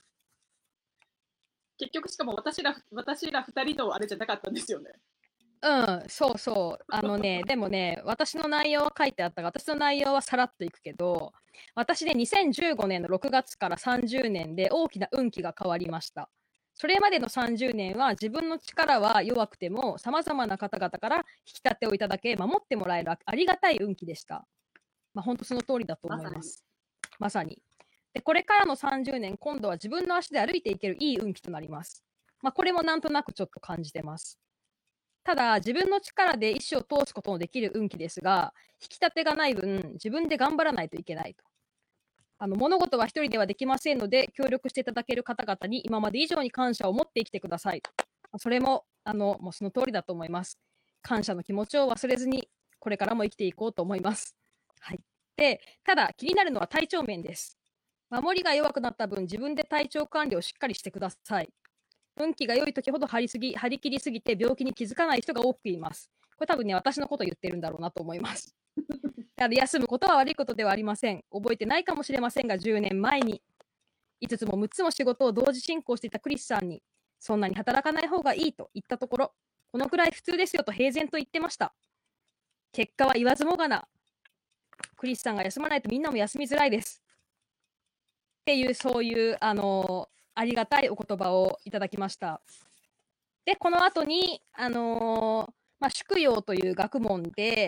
結局しかも私ら2人のあれじゃなかったんですよね。 そうそう。でもね、私の内容は書いてあったが、私の内容はさらっといくけど、私で2015年の6月から30年で大きな運気が変わりました。それまでの30年は自分の力は弱くても様々な方々から引き立てをいただけ、守ってもらえるありがたい運気でした。まあ本当その通りだと思います。まさに。で、これからの30年、今度は自分の足で歩いていけるいい運気となります。まあこれもなんとなくちょっと感じてます。ただ、自分の力で意思を通すことのできる運気ですが、引き立てがない分、自分で頑張らないといけないと。物事は一人ではできませんので、協力していただける方々に今まで以上に感謝を持って生きてください。それも、もうその通りだと思います。感謝の気持ちを忘れずに、これからも生きていこうと思います。はい。で、ただ、気になるのは体調面です。守りが弱くなった分、自分で体調管理をしっかりしてください。運気が良い時ほど張り切りすぎて病気に気づかない人が多くいます。これ多分ね、私のこと言ってるんだろうなと思います。休むことは悪いことではありません。覚えてないかもしれませんが、10年前に5つも6つも仕事を同時進行していたクリスさんに、そんなに働かない方がいいと言ったところ、このくらい普通ですよと平然と言ってました。結果は言わずもがな。クリスさんが休まないとみんなも休みづらいです。っていう、そういう、ありがたいお言葉をいただきました。で、この後に、まあ、宿陽という学問で、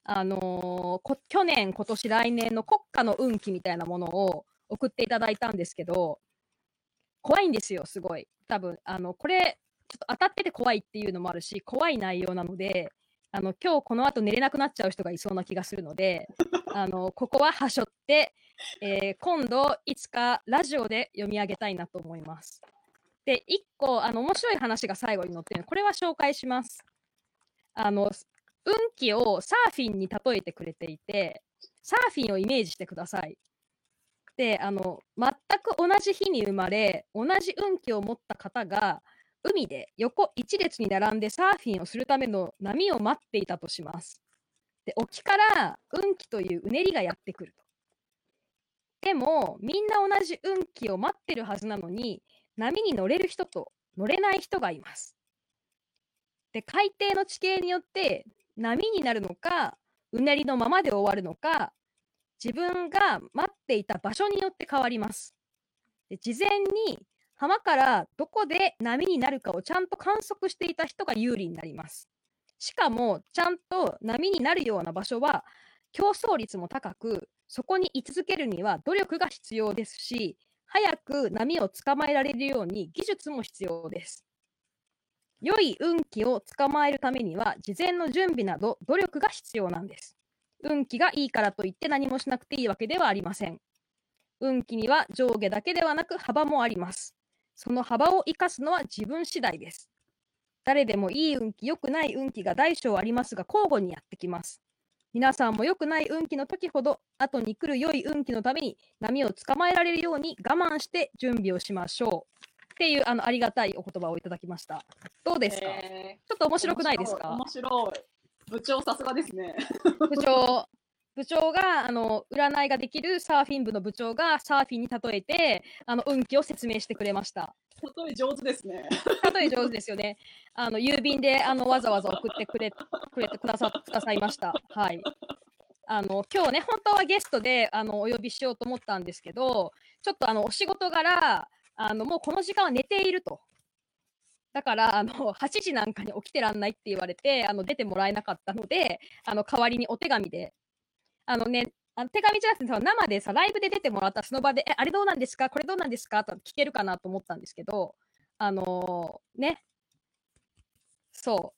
去年、今年、来年の国家の運気みたいなものを送っていただいたんですけど、怖いんですよ、すごい。多分、これ、ちょっと当たってて怖いっていうのもあるし、怖い内容なので、今日この後寝れなくなっちゃう人がいそうな気がするので、ここははしょって、今度、いつかラジオで読み上げたいなと思います。で、一個、面白い話が最後に載ってるので、これは紹介します。運気をサーフィンに例えてくれていて、サーフィンをイメージしてください。で、全く同じ日に生まれ、同じ運気を持った方が、海で横一列に並んでサーフィンをするための波を待っていたとします。で、沖から運気といううねりがやってくると。でも、みんな同じ運気を待ってるはずなのに、波に乗れる人と乗れない人がいます。で、海底の地形によって波になるのか、うねりのままで終わるのか、自分が待っていた場所によって変わります。で、事前に浜からどこで波になるかをちゃんと観測していた人が有利になります。しかも、ちゃんと波になるような場所は競争率も高く、そこに居続けるには努力が必要ですし、早く波を捕まえられるように技術も必要です。良い運気を捕まえるためには、事前の準備など努力が必要なんです。運気がいいからといって何もしなくていいわけではありません。運気には上下だけではなく幅もあります。その幅を生かすのは自分次第です。誰でもいい運気、良くない運気が大小ありますが交互にやってきます。皆さんも良くない運気の時ほど後に来る良い運気のために波を捕まえられるように我慢して準備をしましょう。っていうありがたいお言葉をいただきました。どうですか？ちょっと面白くないですか？ 面白い。部長さすがですね。 部長が占いができるサーフィン部の部長がサーフィンに例えて運気を説明してくれました。 例え上手ですね。 例え上手ですよね。郵便でわざわざ送ってくれてくださいました。はい。今日ね、本当はゲストでお呼びしようと思ったんですけど、ちょっとお仕事柄もうこの時間は寝ていると。だから8時なんかに起きてらんないって言われて出てもらえなかったので代わりにお手紙で手紙じゃなくてさ、生でさ、ライブで出てもらったその場で、あれどうなんですかこれどうなんですかと聞けるかなと思ったんですけど、ね。そう。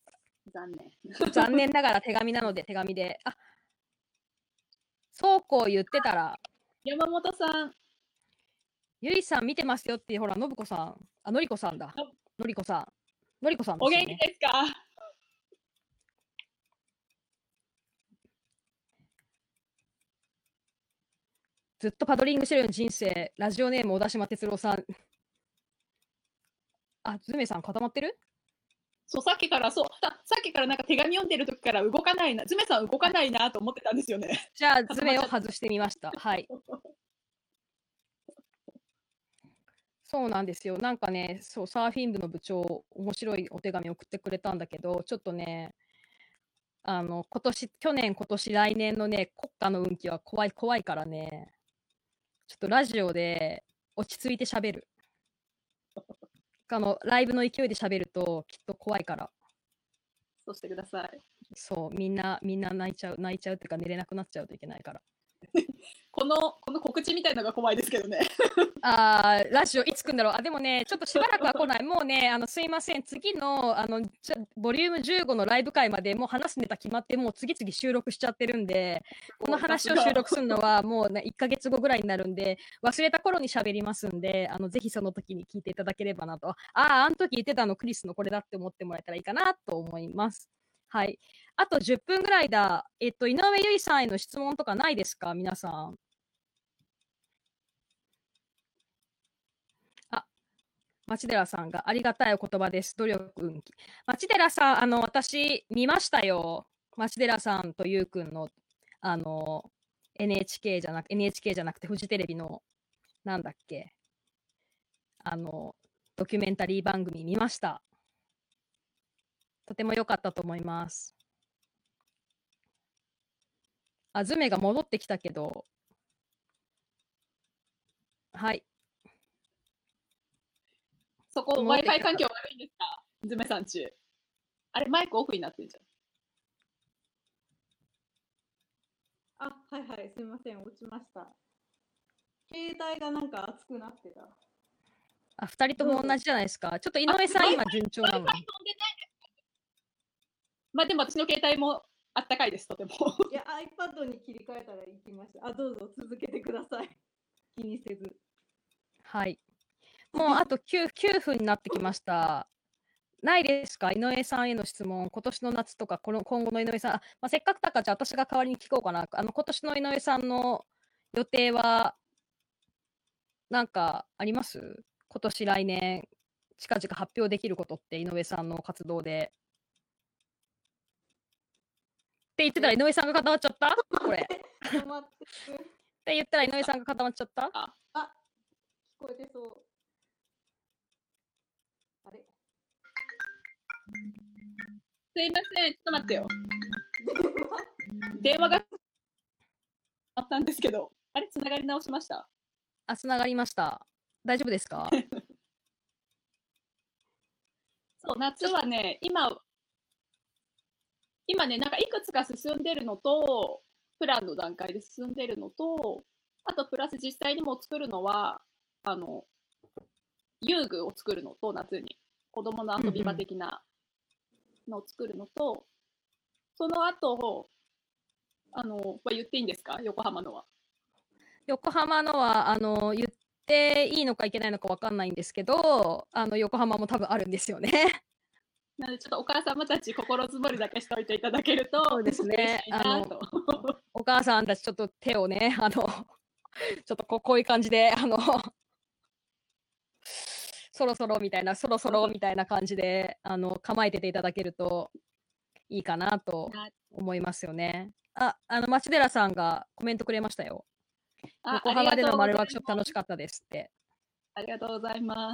残念ながら手紙なので、手紙で。そうこう言ってたら、 山本さん。 ゆいさん見てますよって、ほら、のぶこさん。のりこさんだ。のりこさん。のりこさんですよね。 お元気ですか？ ずっとパドリングしてる人生、ラジオネーム小田島哲郎さん。ズメさん固まってる？ そう、さっきからなんか手紙読んでる時から動かないな、ズメさん動かないなと思ってたんですよね。 じゃあ、ズメを外してみました。はい。そうなんですよ。なんかね、そう、サーフィン部の部長、面白いお手紙送ってくれたんだけど、ちょっとね、去年、今年、来年のね、国家の運気は怖いからね、ちょっとラジオで落ち着いて喋る。ライブの勢いで喋るときっと怖いから。 そうしてください。 そう、みんな泣いちゃうっていうか寝れなくなっちゃうといけないから。 この告知みたいのが怖いですけどね。 ラジオいつ来るんだろう。でもね、ちょっとしばらくは来ない。もうね、すいません。次の、ボリューム15のライブ回までもう話すネタ決まって、もう次々収録しちゃってるんで、この話を収録するのはもうね、1ヶ月後ぐらいになるんで、忘れた頃に喋りますんで、ぜひその時に聞いていただければなと。あの時言ってたクリスのこれだって思ってもらえたらいいかなと思います。はい。あと10分ぐらいだ。井上由依さんへの質問とかないですか？皆さん。町寺さんがありがたいお言葉です。努力運気。町寺さん、私見ましたよ。町寺さんとゆうくんの、NHK じゃなくてフジテレビの、なんだっけ、ドキュメンタリー番組見ました。とても良かったと思います。ズメが戻ってきたけど、はい。 そこ、Wi-Fi 環境悪いんですか？ズメさんち。あれ、マイクオフになってるじゃん。 あ、はいはい、すいません、落ちました。携帯がなんか熱くなってた。 あ、2人とも同じじゃないですか。ちょっと井上さん今順調なの。 まあでも私の携帯もあったかいです、とても。 いや、iPad に切り替えたら行きました。あ、どうぞ続けてください。気にせず。 はい。もうあと 9分になってきました。ないですか、井上さんへの質問。今年の夏とか、今後の井上さん、まあ、せっかくだから、じゃあ私が代わりに聞こうかな。今年の井上さんの予定は、なんかあります？今年、来年、近々発表できることって、井上さんの活動で。って言ってたら井上さんが固まっちゃったこれ。 止まってる。 って言ったら井上さんが固まっちゃった。 あ、聞こえてそう。あれ、 すいません、ちょっと待ってよ。電話があったんですけど、あれ、つながり直しました？ あ、つながりました。大丈夫ですか？ そう、夏はね、今ね、なんかいくつか進んでるのと、プランの段階で進んでるのと、あとプラス実際にもう作るのは、遊具を作るのと、夏に子供の遊び場的なのを作るのと、その後、言っていいんですか、横浜のは。 横浜のは言っていいのかいけないのか分かんないんですけど、横浜も多分あるんですよね。 なのでちょっとお母様たち心づもりだけしておいていただけるとそうですね。 嬉しいなと。 お母さんたちちょっと手をね、ちょっとこういう感じで、そろそろみたいな、そろそろみたいな感じで、構えてていただけるといいかなと思いますよね。町寺さんがコメントくれましたよ。横浜での丸ワークショップ楽しかったですって。 ありがとうございます。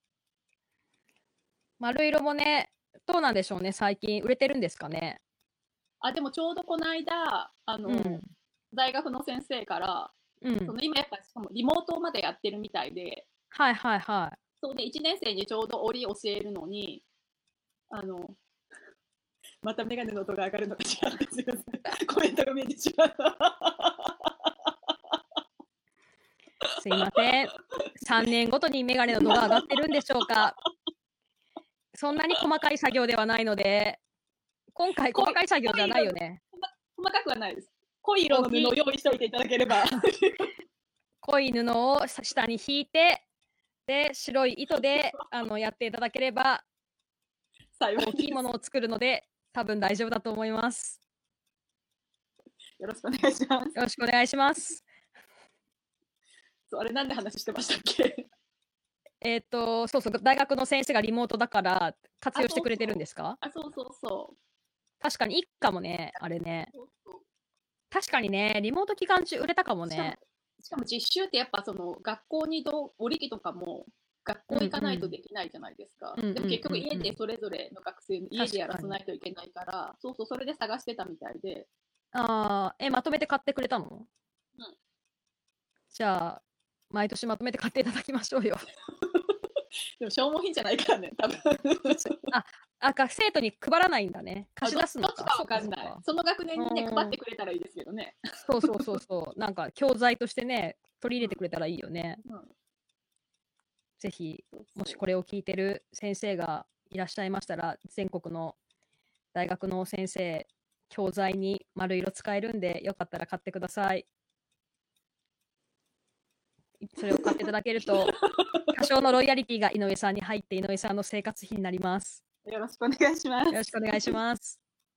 丸色もね、どうなんでしょうね、最近売れてるんですかね。 でもちょうどこの間、大学の先生から、その今やっぱしかもリモートまでやってるみたいで、 はいはいはい。 そうで1年生にちょうど折り教えるのに、またメガネの音が上がるのかしらってすいません。コメントが見えてしまった。 すいません。3年ごとにメガネの度が上がってるんでしょうか。そんなに細かい作業ではないので、今回細かい作業じゃないよね。 細かくはないです。濃い色の布を用意しておいていただければ。 濃い布を下に引いて、で白い糸でやっていただければ大きいものを作るので多分大丈夫だと思います。 よろしくお願いします。 よろしくお願いします。 あれなんで話してましたっけ？ そう大学の先生がリモートだから活用してくれてるんですか？ そう。 確かにいいかもね、あれね。確かにね、リモート期間中売れたかもね。 しかも実習ってやっぱその学校に折り機とかも学校行かないとできないじゃないですか。でも結局家でそれぞれの学生の家でやらせないといけないから、そうそれで探してたみたいで。 まとめて買ってくれたの？じゃあ毎年まとめて買っていただきましょうよ。 でも消耗品じゃないからね、多分。 生徒に配らないんだね。貸し出すのか。 どっちかわかんない。その学年にね、配ってくれたらいいですけどね。 そう。なんか教材としてね、取り入れてくれたらいいよね。ぜひ、もしこれを聞いてる先生がいらっしゃいましたら、全国の大学の先生、教材に丸色使えるんで、よかったら買ってください。それを買っていただけると、多少のロイヤリティが井上さんに入って、井上さんの生活費になります。 よろしくお願いします。 よろしくお願いします。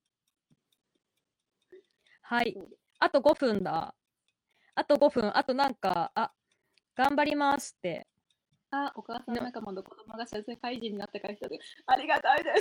はい。あと5分だ。あと5分。あとなんか、頑張りますって。 お母さん仲間の子供が社会人になってから人で、ありがたいです。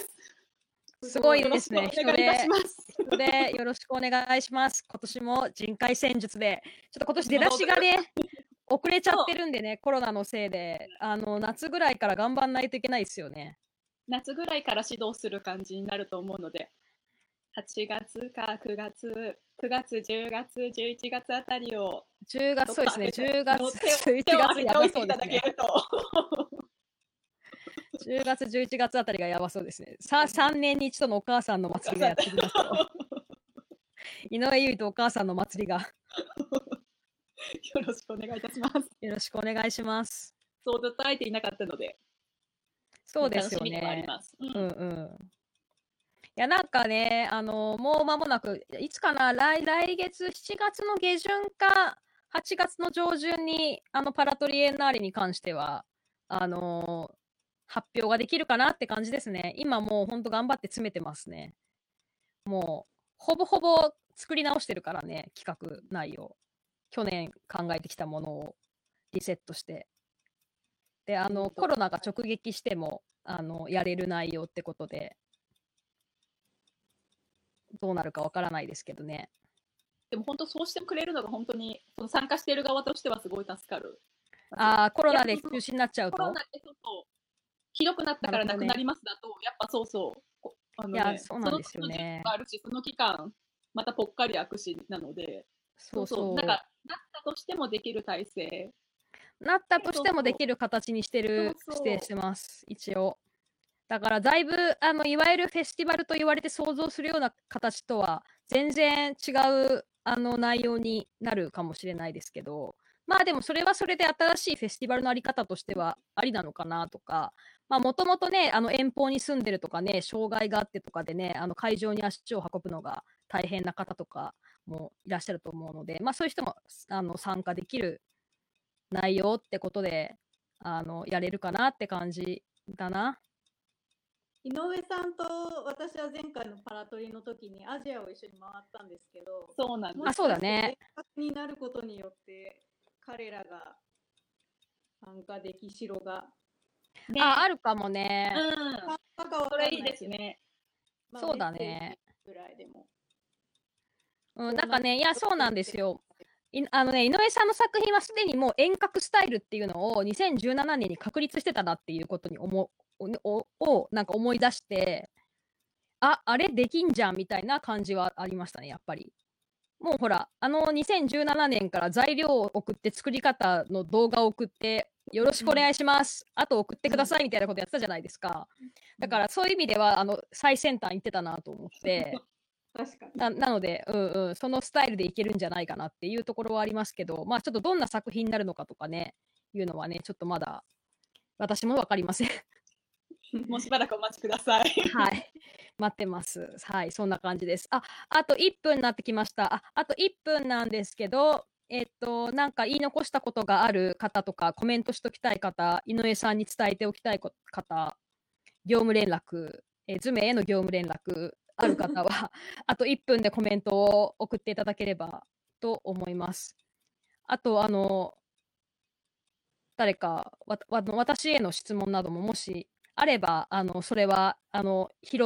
すごいですね。人でよろしくお願いします。今年も人海戦術で、ちょっと今年出だしがね、遅れちゃってるんでね、コロナのせいで、夏ぐらいから頑張んないといけないですよね。 夏ぐらいから指導する感じになると思うので、8月か9月、10月、11月あたりを。 10月、そうですね、10月、11月やばそうですね。10月、11月あたりがやばそうですね。3年に一度のお母さんの祭りがやってきますよ。 井上優衣とお母さんの祭りが。 よろしくお願いいたします。 よろしくお願いします。 そう、ずっと会えていなかったので、 そうですよ楽しみではありね。 ます。 うんうん。いや、なんかね、もう間もなく、いつかな、来月7月の下旬か、8月の上旬に、パラトリエンナーレに関しては、発表ができるかなって感じですね。今もうほんと頑張って詰めてますね。もう、ほぼほぼ作り直してるからね、企画内容。去年考えてきたものをリセットして。で、コロナが直撃しても、やれる内容ってことで、どうなるかわからないですけどね。 でも本当そうしてくれるのが本当にその参加している側としてはすごい助かる。 コロナで中止になっちゃうと。 コロナでちょっとひどくなったからなくなりますだと、やっぱそうそう。 いや、そうなんですよね。 そのあるし、その期間、またぽっかり空くしなので、 そうそう。 なんか、なったとしてもできる体制。 なったとしてもできる形にしてる、指定してます、一応。だからだいぶいわゆるフェスティバルと言われて想像するような形とは全然違う内容になるかもしれないですけど、まあでもそれはそれで新しいフェスティバルのあり方としてはありなのかなとか、まあもともとね、遠方に住んでるとかね、障害があってとかでね、会場に足を運ぶのが大変な方とかもいらっしゃると思うので、まあそういう人も参加できる内容ってことで、やれるかなって感じだな。 井上さんと私は前回のパラトリの時にアジアを一緒に回ったんですけど、 そうなんです。 あ、そうだね。 になることによって彼らが参加できしろが、 ね、あるかもね。 それいいですね。 まあ、そうだね。 ぐらいでも。 なんかね、いや、そうなんですよ。井上さんの作品はすでにもう遠隔スタイルっていうのを2017年に確立してたなっていうことになんか思い出して、あれできんじゃんみたいな感じはありましたね、やっぱり。もうほら、2017年から材料を送って作り方の動画を送って、よろしくお願いします。あと送ってくださいみたいなことやってたじゃないですか。だからそういう意味では、最先端行ってたなと思って。 確かに。 なので、そのスタイルでいけるんじゃないかなっていうところはありますけど、まあちょっとどんな作品になるのかとかね、いうのはね、ちょっとまだ私もわかりません。 もうしばらくお待ちください。 はい。待ってます。はい、そんな感じです。あと1分になってきました。あと1分なんですけど、なんか言い残したことがある方とか、コメントしときたい方、井上さんに伝えておきたい方、業務連絡、ズメへの業務連絡ある方は、あと1分でコメントを送っていただければと思います。あと、誰か、私への質問などももしあれば、それは、拾って、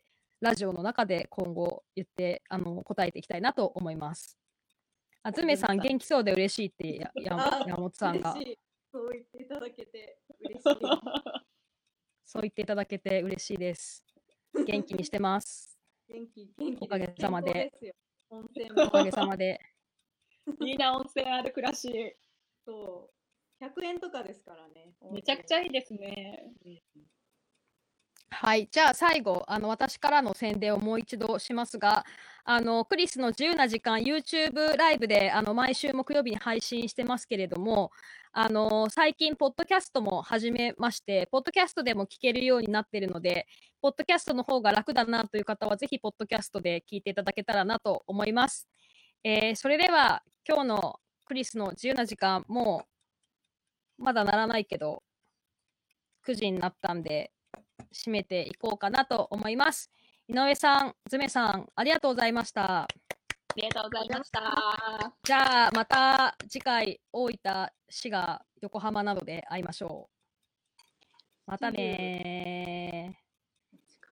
ラジオの中で今後言って、答えていきたいなと思います。ズメさん、元気そうで嬉しいって、山本さんが。 そう言っていただけて嬉しい。 そう言っていただけて嬉しいです。元気にしてます。 元気おかげさまで。 温泉もおかげさまで。 いいな、温泉ある暮らし。 そう。100円とかですからね。 めちゃくちゃいいですね。 はい。じゃあ最後、私からの宣伝をもう一度しますが、クリスの自由な時間 YouTube ライブで、毎週木曜日に配信してますけれども、最近、ポッドキャストも始めまして、ポッドキャストでも聞けるようになっているので、ポッドキャストの方が楽だなという方は、ぜひ、ポッドキャストで聞いていただけたらなと思います。それでは、今日のクリスの自由な時間、もう、まだならないけど、9時になったんで、締めていこうかなと思います。井上さん、ズメさん、ありがとうございました。 ありがとうございました。 じゃあ、また次回、大分、滋賀、横浜などで会いましょう。またね